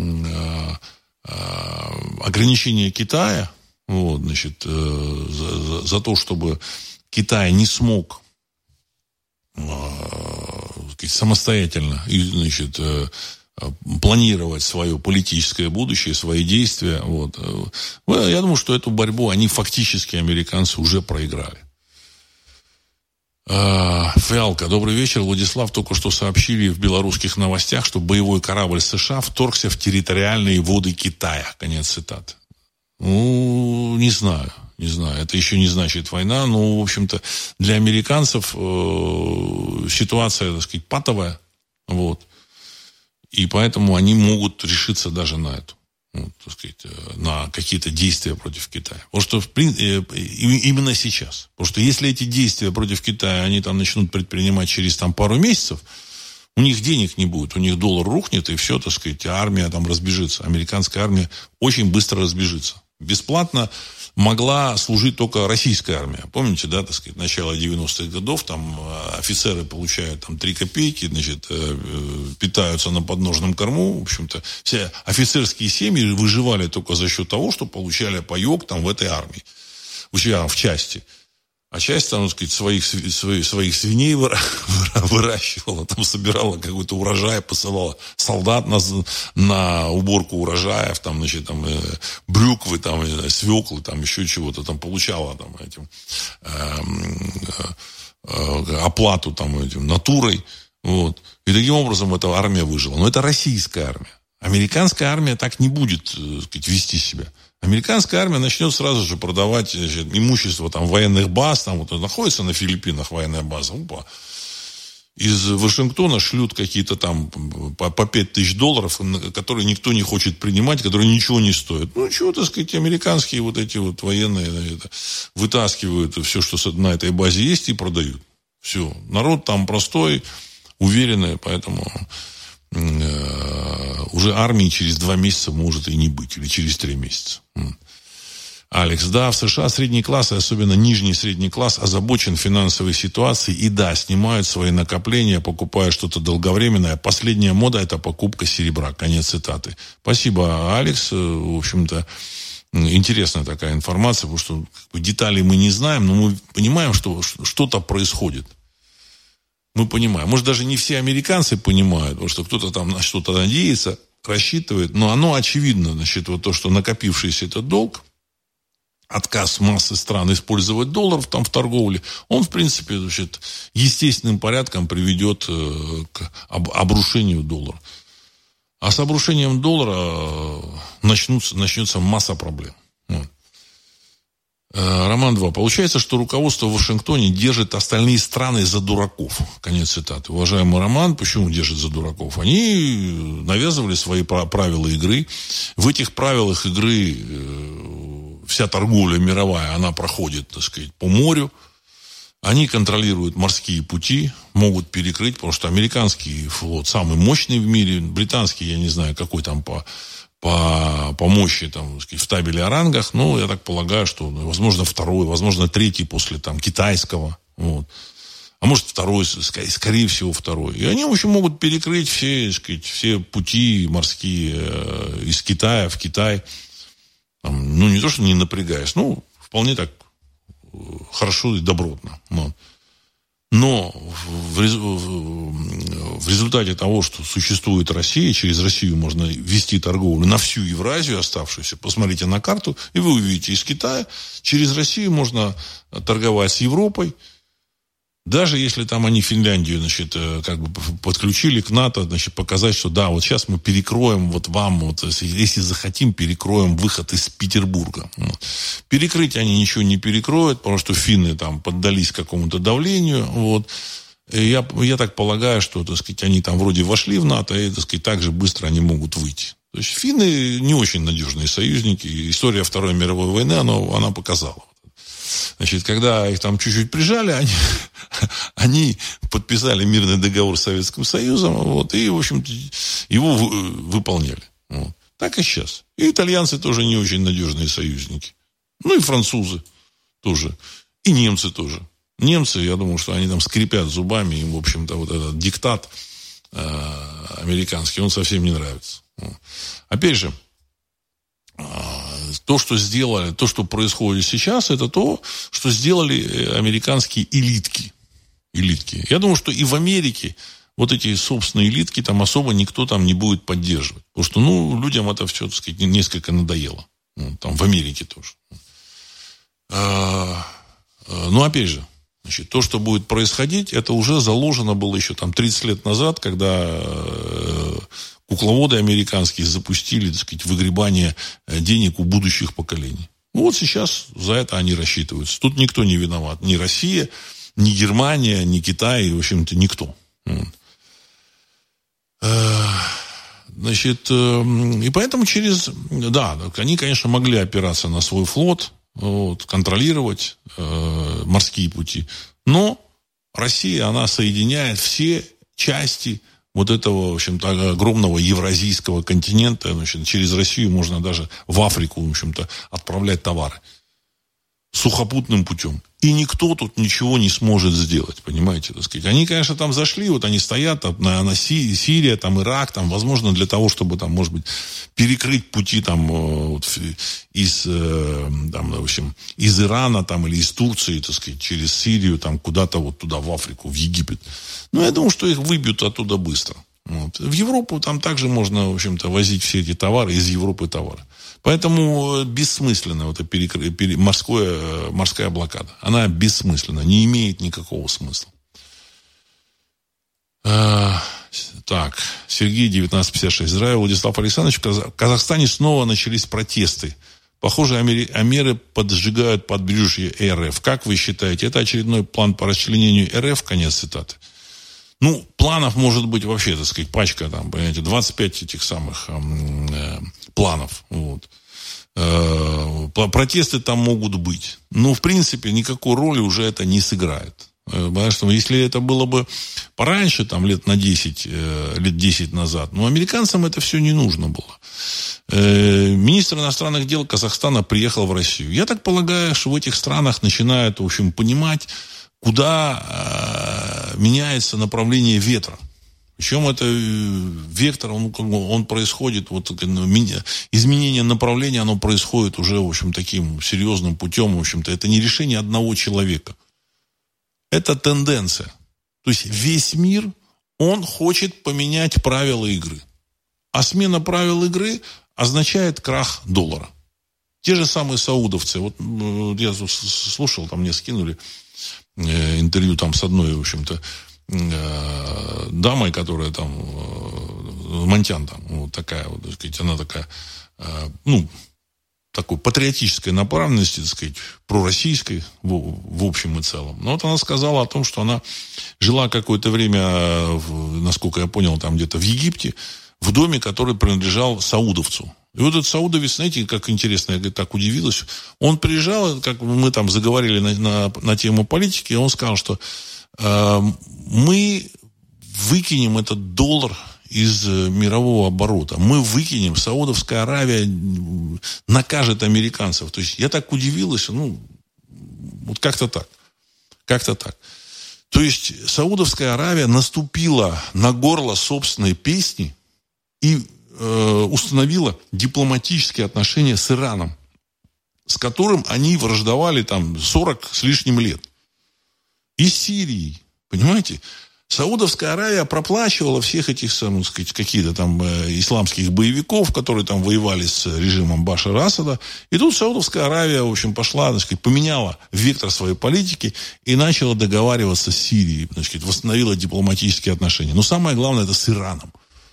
ограничение Китая, вот, значит, за, за то, чтобы Китай не смог самостоятельно и, значит, планировать свое политическое будущее, свои действия. Вот. Я думаю, что эту борьбу они фактически, американцы, уже проиграли. Фиалка. Добрый вечер. Владислав, только что сообщили в белорусских новостях, что боевой корабль США вторгся в территориальные воды Китая. Конец цитаты. Ну, не знаю. Не знаю, это еще не значит война, но, в общем-то, для американцев э, ситуация, так сказать, патовая, вот, и поэтому они могут решиться даже на это, вот, так сказать, на какие-то действия против Китая. Потому что в принципе, именно сейчас, потому что если эти действия против Китая они там начнут предпринимать через там пару месяцев, у них денег не будет, у них доллар рухнет, и все, так сказать, армия там разбежится, американская армия очень быстро разбежится. Бесплатно могла служить только российская армия. Помните, да, так сказать, начало девяностых годов, там офицеры получают там три копейки, значит, питаются на подножном корму. В общем-то, все офицерские семьи выживали только за счет того, что получали паек там в этой армии, у себя в части. А часть, там, так сказать, своих, своих, своих свиней выращивала, там собирала какой-то урожай, посылала солдат на, на уборку урожаев, там, значит, там, э, брюквы, там, э, свеклы, там, еще чего-то, там, получала там, этим, э, э, оплату там, этим, натурой. Вот. И таким образом эта армия выжила. Но это российская армия. Американская армия так не будет, так сказать, вести себя. Американская армия начнет сразу же продавать, значит, имущество там, военных баз. Там вот находится на Филиппинах военная база. Опа. Из Вашингтона шлют какие-то там по, по пять тысяч долларов, которые никто не хочет принимать, которые ничего не стоят. Ну, чего, так сказать, американские вот эти вот военные это, вытаскивают все, что на этой базе есть, и продают. Все. Народ там простой, уверенный, поэтому... уже армии через два месяца может и не быть, или через три месяца. Алекс, да, в США средний класс, и особенно нижний средний класс, озабочен финансовой ситуацией, и да, снимают свои накопления, покупая что-то долговременное. Последняя мода – это покупка серебра. Конец цитаты. Спасибо, Алекс. В общем-то, интересная такая информация, потому что как бы, деталей мы не знаем, но мы понимаем, что что-то происходит. Мы понимаем. Может, даже не все американцы понимают, потому что кто-то там на что-то надеется, рассчитывает. Но оно очевидно, значит, вот то, что накопившийся этот долг, отказ массы стран использовать доллар там в торговле, он, в принципе, значит, естественным порядком приведет э, к об, обрушению доллара. А с обрушением доллара начнутся, начнется масса проблем. Вот. Роман два. Получается, что руководство в Вашингтоне держит остальные страны за дураков. Конец цитаты. Уважаемый Роман, почему держит за дураков? Они навязывали свои правила игры. В этих правилах игры вся торговля мировая, она проходит, так сказать, по морю. Они контролируют морские пути, могут перекрыть, потому что американский флот самый мощный в мире. Британский, я не знаю, какой там по... По, по мощи там, в табеле о рангах, ну, я так полагаю, что, возможно, второй, возможно, третий после там, китайского. Вот. А может, второй, скорее всего, второй. И они, в общем, могут перекрыть все, сказать, все пути морские э, из Китая в Китай. Там, ну, не то, что не напрягаясь, ну, вполне так хорошо и добротно. Вот. Но в, в результате того, что существует Россия, через Россию можно вести торговлю на всю Евразию оставшуюся, посмотрите на карту, и вы увидите, из Китая через Россию можно торговать с Европой, Даже если там они Финляндию, значит, как бы подключили к НАТО, значит, показать, что да, вот сейчас мы перекроем вот вам, вот, если захотим, перекроем выход из Петербурга. Вот. Перекрыть они ничего не перекроют, потому что финны там поддались какому-то давлению, вот. И я, я так полагаю, что, так сказать, они там вроде вошли в НАТО, и, так сказать, так же быстро они могут выйти. То есть финны не очень надежные союзники. История Второй мировой войны, она, она показала. Значит, когда их там чуть-чуть прижали, они, они подписали мирный договор с Советским Союзом, вот, и, в общем-то, его вы, выполняли. Вот. Так и сейчас. И итальянцы тоже не очень надежные союзники. Ну, и французы тоже. И немцы тоже. Немцы, я думаю, что они там скрипят зубами, им, в общем-то, вот этот диктат э, американский, он совсем не нравится. Вот. Опять же, то, что сделали, то, что происходит сейчас, это то, что сделали американские элитки. элитки. Я думаю, что и в Америке вот эти собственные элитки там особо никто там не будет поддерживать. Потому что, ну, людям это все, так сказать, несколько надоело. Ну, там в Америке тоже. А, ну, опять же, значит, то, что будет происходить, это уже заложено было еще там тридцать лет назад, когда кукловоды американские запустили, так сказать, выгребание денег у будущих поколений. Ну, вот сейчас за это они рассчитываются. Тут никто не виноват. Ни Россия, ни Германия, ни Китай, в общем-то, никто. Значит, и поэтому через... Да, они, конечно, могли опираться на свой флот, вот, контролировать э, морские пути. Но Россия, она соединяет все части вот этого, в общем-то, огромного евразийского континента. Значит, через Россию можно даже в Африку, в общем-то, отправлять товары сухопутным путем. И никто тут ничего не сможет сделать, понимаете, так сказать. Они, конечно, там зашли, вот они стоят, там, на, на Си, Сирия, там, Ирак, там, возможно, для того, чтобы, там, может быть, перекрыть пути, там, вот, из, там, в общем, из Ирана, там, или из Турции, так сказать, через Сирию, там, куда-то вот туда, в Африку, в Египет. Но я думаю, что их выбьют оттуда быстро. Вот. В Европу там также можно, в общем-то, возить все эти товары, из Европы товары. Поэтому бессмысленно вот эта перекры... пере... морское... морская блокада. Она бессмысленна, не имеет никакого смысла. А... Так, Сергей, девятнадцать пятьдесят шесть. Здравия, Владислав Александрович. В Казахстане снова начались протесты. Похоже, амеры поджигают подбрюшье РФ. Как вы считаете, это очередной план по расчленению РФ? Конец цитаты. Ну, планов может быть вообще, так сказать, пачка, там, понимаете, двадцать пять этих самых э, планов. Вот. Э, протесты там могут быть. Но, в принципе, никакой роли уже это не сыграет. Потому что если это было бы пораньше, там, лет на десять, э, лет десять назад, ну, американцам это все не нужно было. Э, министр иностранных дел Казахстана приехал в Россию. Я так полагаю, что в этих странах начинают, в общем, понимать, куда э, меняется направление ветра. Причем это вектор, он, он происходит, вот, изменение направления, оно происходит уже, в общем, таким серьезным путем. В общем-то, это не решение одного человека. Это тенденция. То есть весь мир, он хочет поменять правила игры. А смена правил игры означает крах доллара. Те же самые саудовцы. Вот я слушал, там мне скинули интервью там с одной, в общем-то, дамой, которая там, Монтян там, вот такая вот, так сказать, она такая, ну, такой патриотической направленности, так сказать, пророссийской в, в общем и целом. Но вот она сказала о том, что она жила какое-то время, насколько я понял, там где-то в Египте, в доме, который принадлежал саудовцу. И вот этот саудовец, знаете, как интересно, я так удивилась, он приезжал, как мы там заговорили на, на, на тему политики, и он сказал, что э, мы выкинем этот доллар из мирового оборота. Мы выкинем, Саудовская Аравия накажет американцев. То есть я так удивилась, ну, вот как-то так. Как-то так. То есть Саудовская Аравия наступила на горло собственной песни и установила дипломатические отношения с Ираном, с которым они враждовали там сорок с лишним лет. И с Сирией, понимаете? Саудовская Аравия проплачивала всех этих, так сказать, какие-то там э, исламских боевиков, которые там воевали с режимом Башара Асада. И тут Саудовская Аравия, в общем, пошла, так сказать, поменяла вектор своей политики и начала договариваться с Сирией, так сказать, восстановила дипломатические отношения. Но самое главное, это с Ираном.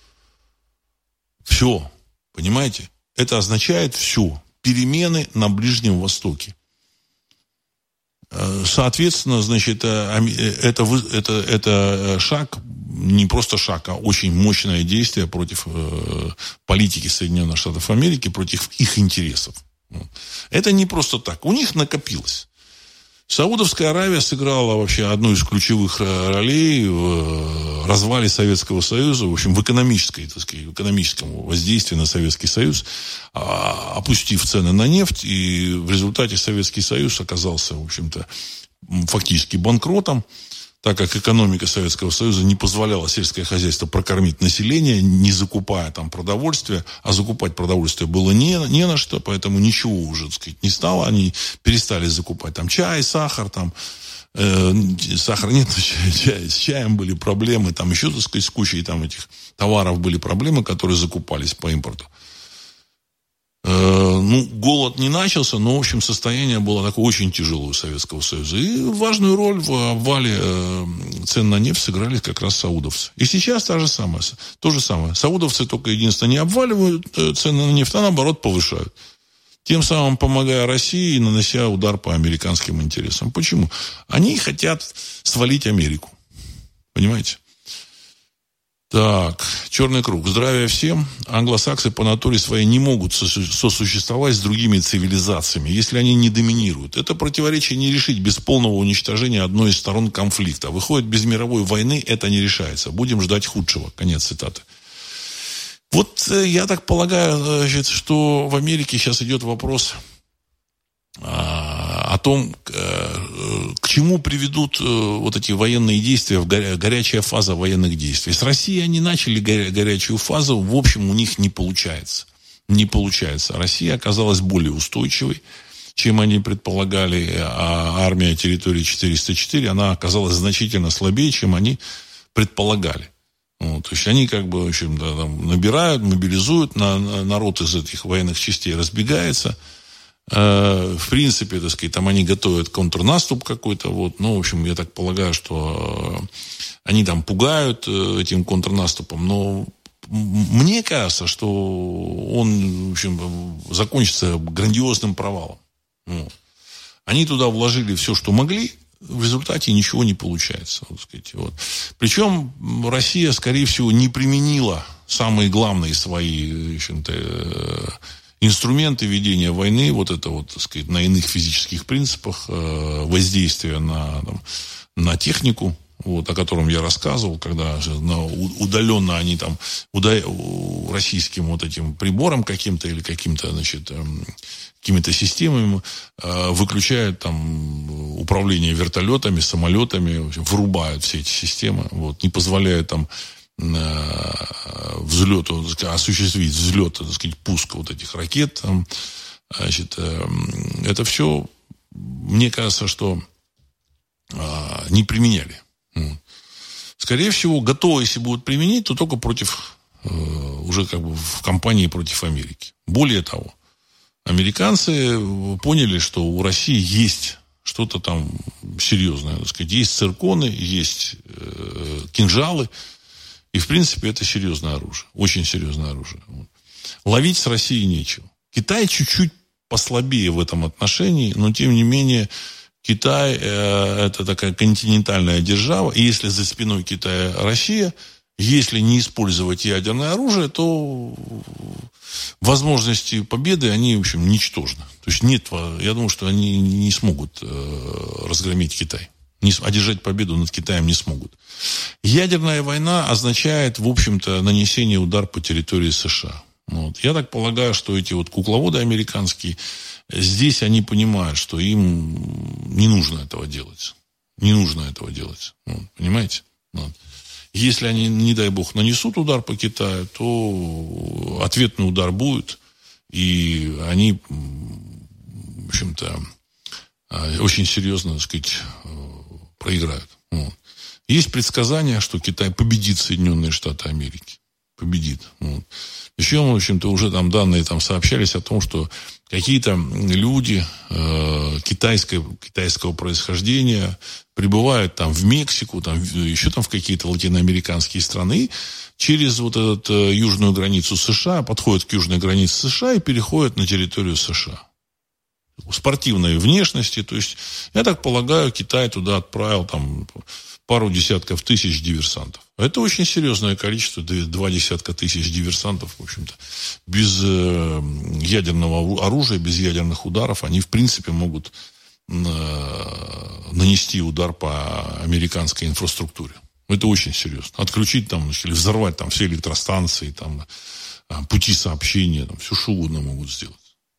Все, понимаете? Это означает все. Перемены на Ближнем Востоке. Соответственно, значит, это, это, это шаг, не просто шаг, а очень мощное действие против э, политики Соединенных Штатов Америки, против их интересов. Это не просто так. У них накопилось. Саудовская Аравия сыграла вообще одну из ключевых ролей в развале Советского Союза, в общем, в экономической, так сказать, в экономическом воздействии на Советский Союз, опустив цены на нефть, и в результате Советский Союз оказался, в общем-то, фактически банкротом, так как экономика Советского Союза не позволяла сельское хозяйство прокормить население, не закупая там продовольствие, а закупать продовольствие было не, не на что, поэтому ничего уже, так сказать, не стало, они перестали закупать там чай, сахар, там, э, сахар нет, чай, чай, с чаем были проблемы, там еще, так сказать, с кучей там этих товаров были проблемы, которые закупались по импорту. Ну, голод не начался, но, в общем, состояние было такое очень тяжелое у Советского Союза. И важную роль в обвале э, цен на нефть сыграли как раз саудовцы. И сейчас та же самое, то же самое. Саудовцы только единственное не обваливают цены на нефть, а наоборот повышают. Тем самым помогая России и нанося удар по американским интересам. Почему? Они хотят свалить Америку. Понимаете? Так, черный круг. Здравия всем. Англосаксы по натуре своей не могут сосуществовать с другими цивилизациями, если они не доминируют. Это противоречие не решить без полного уничтожения одной из сторон конфликта. Выходит, без мировой войны это не решается. Будем ждать худшего. Конец цитаты. Вот я так полагаю, значит, что в Америке сейчас идет вопрос о том, к чему приведут вот эти военные действия, горячая фаза военных действий. С Россией они начали горячую фазу, в общем, у них не получается. Не получается. Россия оказалась более устойчивой, чем они предполагали, а армия территории четыреста четыре, она оказалась значительно слабее, чем они предполагали. Вот, то есть они как бы, в общем, да, там, набирают, мобилизуют, на, на, народ из этих военных частей разбегается. В принципе, так сказать, там они готовят контрнаступ какой-то, вот, ну, в общем, я так полагаю, что они там пугают этим контрнаступом, но мне кажется, что он, в общем, закончится грандиозным провалом. Вот. Они туда вложили все, что могли, в результате ничего не получается, так сказать, вот. Причем Россия, скорее всего, не применила самые главные свои, в общем-то, инструменты ведения войны, вот это вот, так сказать, на иных физических принципах, э, воздействия на, там, на технику, вот, о котором я рассказывал, когда на, удаленно они там уда, российским вот этим прибором каким-то или каким-то, значит, э, какими-то системами э, выключают там управление вертолетами, самолетами, в общем, вырубают все эти системы, вот, не позволяют там взлету, осуществить взлет, так сказать, пуск вот этих ракет. Там, значит, это все, мне кажется, что не применяли. Скорее всего, готовы, если будут применить, то только против, уже как бы в кампании против Америки. Более того, американцы поняли, что у России есть что-то там серьезное. Так сказать, есть цирконы, есть кинжалы. И, в принципе, это серьезное оружие. Очень серьезное оружие. Ловить с Россией нечего. Китай чуть-чуть послабее в этом отношении, но, тем не менее, Китай э, это такая континентальная держава. И если за спиной Китая Россия, если не использовать ядерное оружие, то возможности победы, они, в общем, ничтожны. То есть нет, я думаю, что они не смогут э, разгромить Китай. Одержать победу над Китаем не смогут. Ядерная война означает, в общем-то, нанесение удара по территории США. Вот. Я так полагаю, что эти вот кукловоды американские, здесь они понимают, что им не нужно этого делать. Не нужно этого делать. Вот. Понимаете? Вот. Если они, не дай бог, нанесут удар по Китаю, то ответный удар будет. И они, в общем-то, очень серьезно, так сказать, проиграют. Вот. Есть предсказание, что Китай победит Соединенные Штаты Америки. Победит. Вот. Еще, в общем-то, уже там данные там сообщались о том, что какие-то люди э, китайского, китайского происхождения прибывают там в Мексику, там, еще там в какие-то латиноамериканские страны, через вот эту э, южную границу США, подходят к южной границе США и переходят на территорию США. Спортивной внешности, то есть, я так полагаю, Китай туда отправил там пару десятков тысяч диверсантов. Это очень серьезное количество, два десятка тысяч диверсантов, в общем-то. Без э, ядерного оружия, без ядерных ударов, они, в принципе, могут э, нанести удар по американской инфраструктуре. Это очень серьезно. Отключить там, или взорвать там все электростанции, там, пути сообщения, там, все что угодно могут сделать.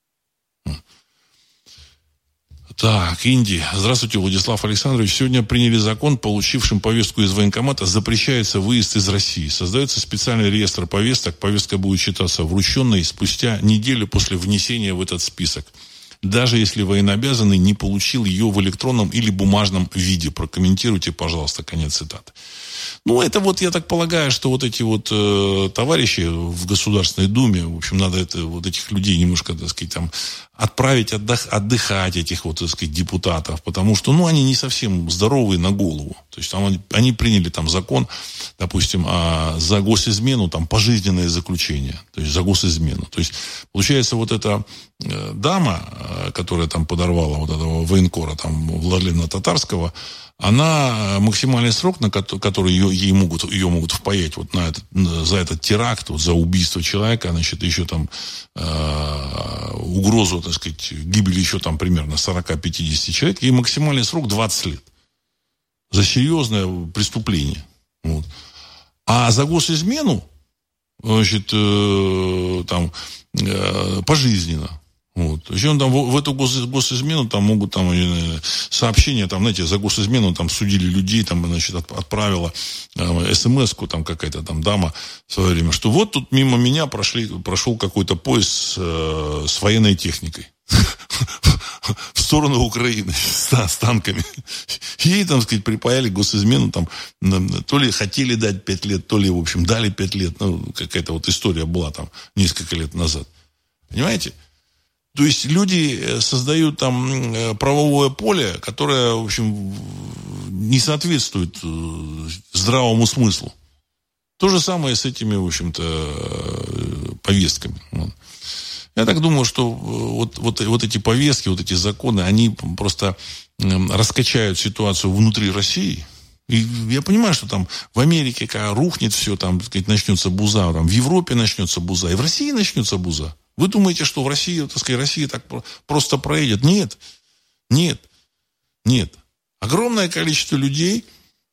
Так, Индия. Здравствуйте, Владислав Александрович. Сегодня приняли закон, получившим повестку из военкомата, запрещается выезд из России. Создается специальный реестр повесток. Повестка будет считаться врученной спустя неделю после внесения в этот список. Даже если военнообязанный не получил ее в электронном или бумажном виде. Прокомментируйте, пожалуйста, конец цитаты. Ну, это вот, я так полагаю, что вот эти вот э, товарищи в Государственной Думе, в общем, надо это, вот этих людей немножко, так сказать, там, отправить отдых, отдыхать, этих вот, так сказать, депутатов, потому что, ну, они не совсем здоровые на голову. То есть, там, они, они приняли там закон, допустим, а, за госизмену, там, пожизненное заключение, то есть, за госизмену. То есть, получается, вот эта э, дама, э, которая там подорвала вот этого военкора, там, Владлена Татарского, она максимальный срок, на который ее, ей могут, ее могут впаять вот на этот, за этот теракт, вот за убийство человека, значит, еще там э, угрозу, так сказать, гибели еще там примерно сорок-пятьдесят человек, ей максимальный срок двадцать лет. За серьезное преступление. Вот. А за госизмену, значит, э, там, э, пожизненно. Вот. То есть он там в, в эту гос, госизмену там могут там э, сообщения, там, знаете, за госизмену там судили людей, там, значит, от, отправила э, смс-ку там какая-то там дама в свое время, что вот тут мимо меня прошли, прошел какой-то поезд с, э, с военной техникой в сторону Украины с танками. Ей, там, сказать, припаяли госизмену, там, то ли хотели дать пять лет, то ли, в общем, дали пять лет. Ну, какая-то вот история была там несколько лет назад. Понимаете? То есть люди создают там правовое поле, которое, в общем, не соответствует здравому смыслу. То же самое с этими, в общем-то, повестками. Я так думаю, что вот, вот, вот эти повестки, вот эти законы, они просто раскачают ситуацию внутри России. И я понимаю, что там в Америке когда рухнет все, там, так сказать, начнется буза, там в Европе начнется буза, и в России начнется буза. Вы думаете, что в России, так сказать, Россия так просто проедет? Нет. Нет. Нет. Огромное количество людей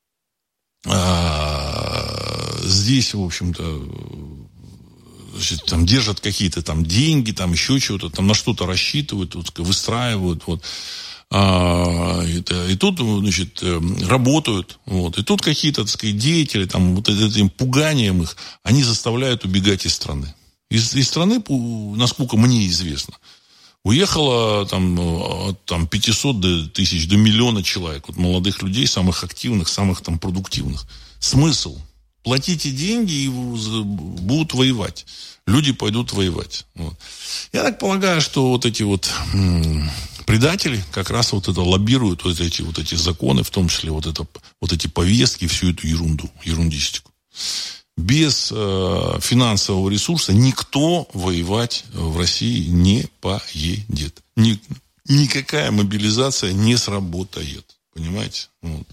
а, здесь, в общем-то, значит, там держат какие-то там деньги, там еще чего-то, там на что-то рассчитывают, вот, выстраивают, вот. А, и, и тут, значит, работают, вот. И тут какие-то, так сказать, деятели, там, вот этим пуганием их, они заставляют убегать из страны. Из, из страны, насколько мне известно, уехало там, от там, пятисот до тысяч, до миллиона человек. Вот молодых людей, самых активных, самых там, продуктивных. Смысл? Платите деньги и будут воевать. Люди пойдут воевать. Вот. Я так полагаю, что вот эти вот м- предатели как раз вот это лоббируют, вот эти, вот эти законы, в том числе вот, это, вот эти повестки, всю эту ерунду, ерундистику. Без э, финансового ресурса никто воевать в России не поедет. Ни, никакая мобилизация не сработает. Понимаете? Вот.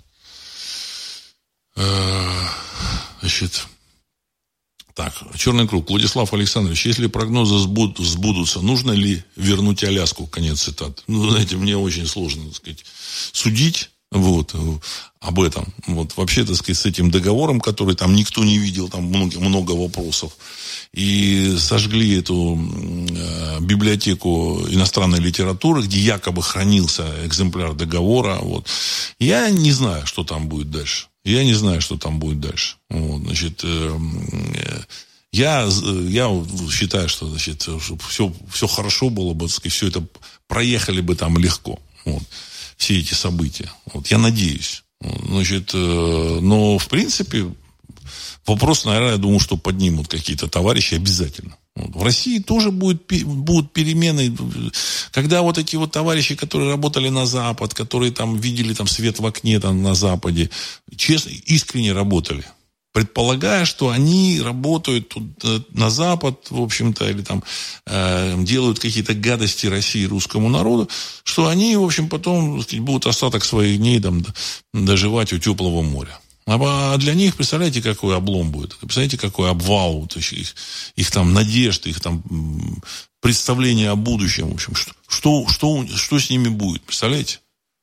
Э, значит, так, черный круг. Владислав Александрович, если прогнозы сбуд, сбудутся, нужно ли вернуть Аляску? Конец цитаты. Ну, знаете, мне очень сложно, так сказать, судить. Вот, об этом. Вот, вообще, так сказать, с этим договором, который там никто не видел, там много, много вопросов. И сожгли эту э, библиотеку иностранной литературы, где якобы хранился экземпляр договора. Вот. Я не знаю, что там будет дальше. Я не знаю, что там будет дальше. Вот, значит, э, э, я, я считаю, что, значит, все, все хорошо было бы, так сказать, все это проехали бы там легко. Вот. Все эти события. Вот, я надеюсь. Значит, но, в принципе, вопрос, наверное, я думаю, что поднимут какие-то товарищи обязательно. В России тоже будет, будут перемены. Когда вот эти вот товарищи, которые работали на Запад, которые там видели там свет в окне там, на Западе, честно, искренне работали, предполагая, что они работают тут, на Запад, в общем-то, или там э, делают какие-то гадости России, русскому народу, что они, в общем, потом, так сказать, будут остаток своих дней там, доживать у теплого моря. А для них, представляете, какой облом будет? Представляете, какой обвал вот, их, их там надежд, их там представление о будущем. В общем, что, что, что, что с ними будет? Представляете?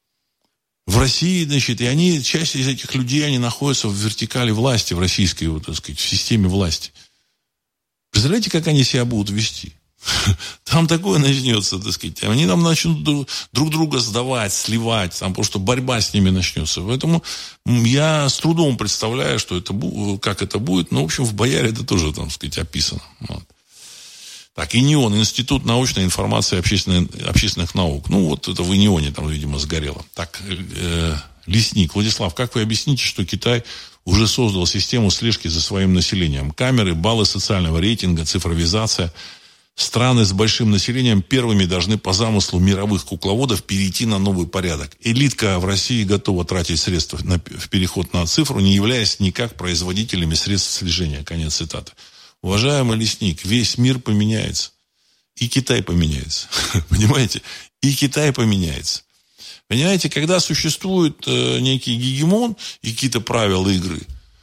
В России, значит, и они, часть из этих людей, они находятся в вертикали власти, в российской, вот, так сказать, в системе власти. Представляете, как они себя будут вести? Там такое начнется, так сказать. Они нам начнут друг друга сдавать, сливать, там просто борьба с ними начнется. Поэтому я с трудом представляю, что это, как это будет. Но, в общем, в Бояре это тоже, так сказать, описано. Вот. Так, ИНИОН, Институт научной информации и общественных, общественных наук. Ну, вот это в ИНИОНе там, видимо, сгорело. Так, э, Лесник. Владислав, как вы объясните, что Китай уже создал систему слежки за своим населением? Камеры, баллы социального рейтинга, цифровизация. Страны с большим населением первыми должны по замыслу мировых кукловодов перейти на новый порядок. Элитка в России готова тратить средства на, в переход на цифру, не являясь никак производителями средств слежения. Конец цитаты. Уважаемый Лесник, весь мир поменяется. И Китай поменяется. Понимаете? И Китай поменяется. Понимаете, когда существует э, некий гегемон и какие-то правила игры,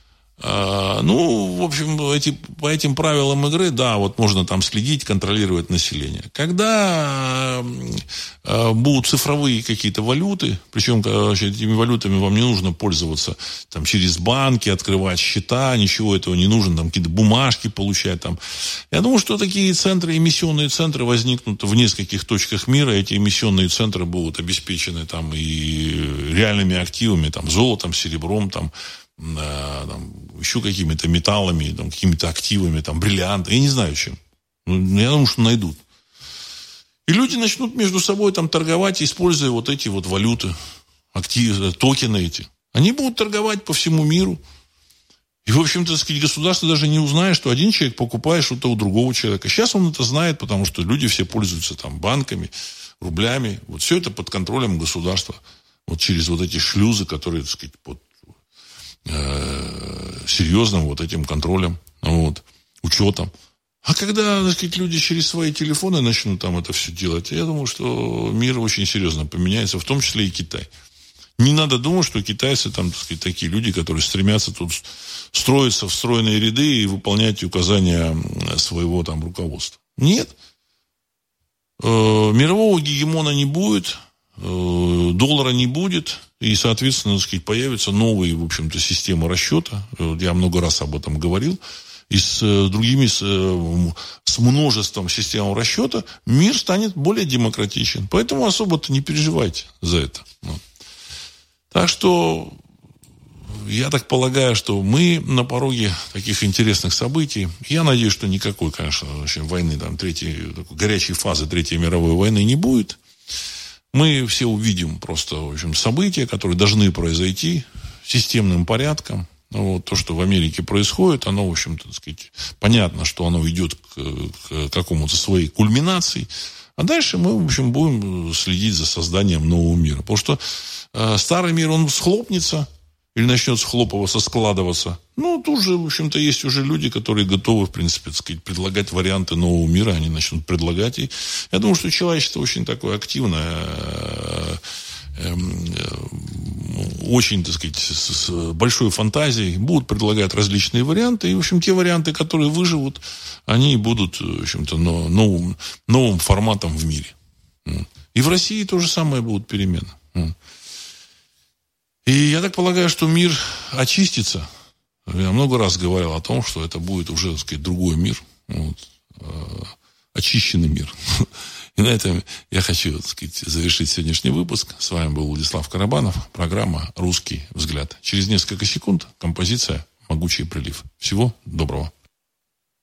ну, в общем, эти, по этим правилам игры, да, вот можно там следить, контролировать население. Когда э, будут цифровые какие-то валюты, причем значит, этими валютами вам не нужно пользоваться там, через банки, открывать счета, ничего этого не нужно, там какие-то бумажки получать. Там. Я думаю, что такие центры, эмиссионные центры возникнут в нескольких точках мира. Эти эмиссионные центры будут обеспечены там, и реальными активами, там, золотом, серебром, там, там, еще какими-то металлами, там, какими-то активами, там, бриллианты, я не знаю чем. Ну, я думаю, что найдут. И люди начнут между собой там торговать, используя вот эти вот валюты, активы, токены эти. Они будут торговать по всему миру. И, в общем-то, сказать, государство даже не узнает, что один человек покупает что-то у другого человека. Сейчас он это знает, потому что люди все пользуются там банками, рублями. Вот все это под контролем государства. Вот через вот эти шлюзы, которые, так сказать, под серьезным вот этим контролем, вот, учетом. А когда, так сказать, люди через свои телефоны начнут там это все делать, я думаю, что мир очень серьезно поменяется, в том числе и Китай. Не надо думать, что китайцы там, так сказать, такие люди, которые стремятся тут строиться в стройные ряды и выполнять указания своего там руководства. Нет. Мирового гегемона не будет, доллара не будет, и, соответственно, так сказать, появятся новые, в общем-то, системы расчета. Я много раз об этом говорил. И с другими, с, с множеством систем расчета мир станет более демократичен. Поэтому особо-то не переживайте за это. Так что я так полагаю, что мы на пороге таких интересных событий. Я надеюсь, что никакой, конечно, войны, там, третьей, такой горячей фазы Третьей мировой войны не будет. Мы все увидим просто, в общем, события, которые должны произойти системным порядком. Вот, то, что в Америке происходит, оно, в общем-то, так сказать, понятно, что оно идет к, к какому-то своей кульминации. А дальше мы, в общем, будем следить за созданием нового мира. Потому что э, старый мир, он схлопнется или начнет схлопываться, складываться. Ну, тут же, в общем-то, есть уже люди, которые готовы, в принципе, так сказать, предлагать варианты нового мира. Они начнут предлагать. И я думаю, что человечество очень такое активное, очень, так сказать, с большой фантазией будут предлагать различные варианты. И, в общем, те варианты, которые выживут, они будут, в общем-то, новым, новым форматом в мире. И в России то же самое будут перемены. И я так полагаю, что мир очистится. Я много раз говорил о том, что это будет уже, так сказать, другой мир. Вот, очищенный мир. И на этом я хочу, так сказать, завершить сегодняшний выпуск. С вами был Владислав Карабанов. Программа «Русский взгляд». Через несколько секунд композиция «Могучий прилив». Всего доброго.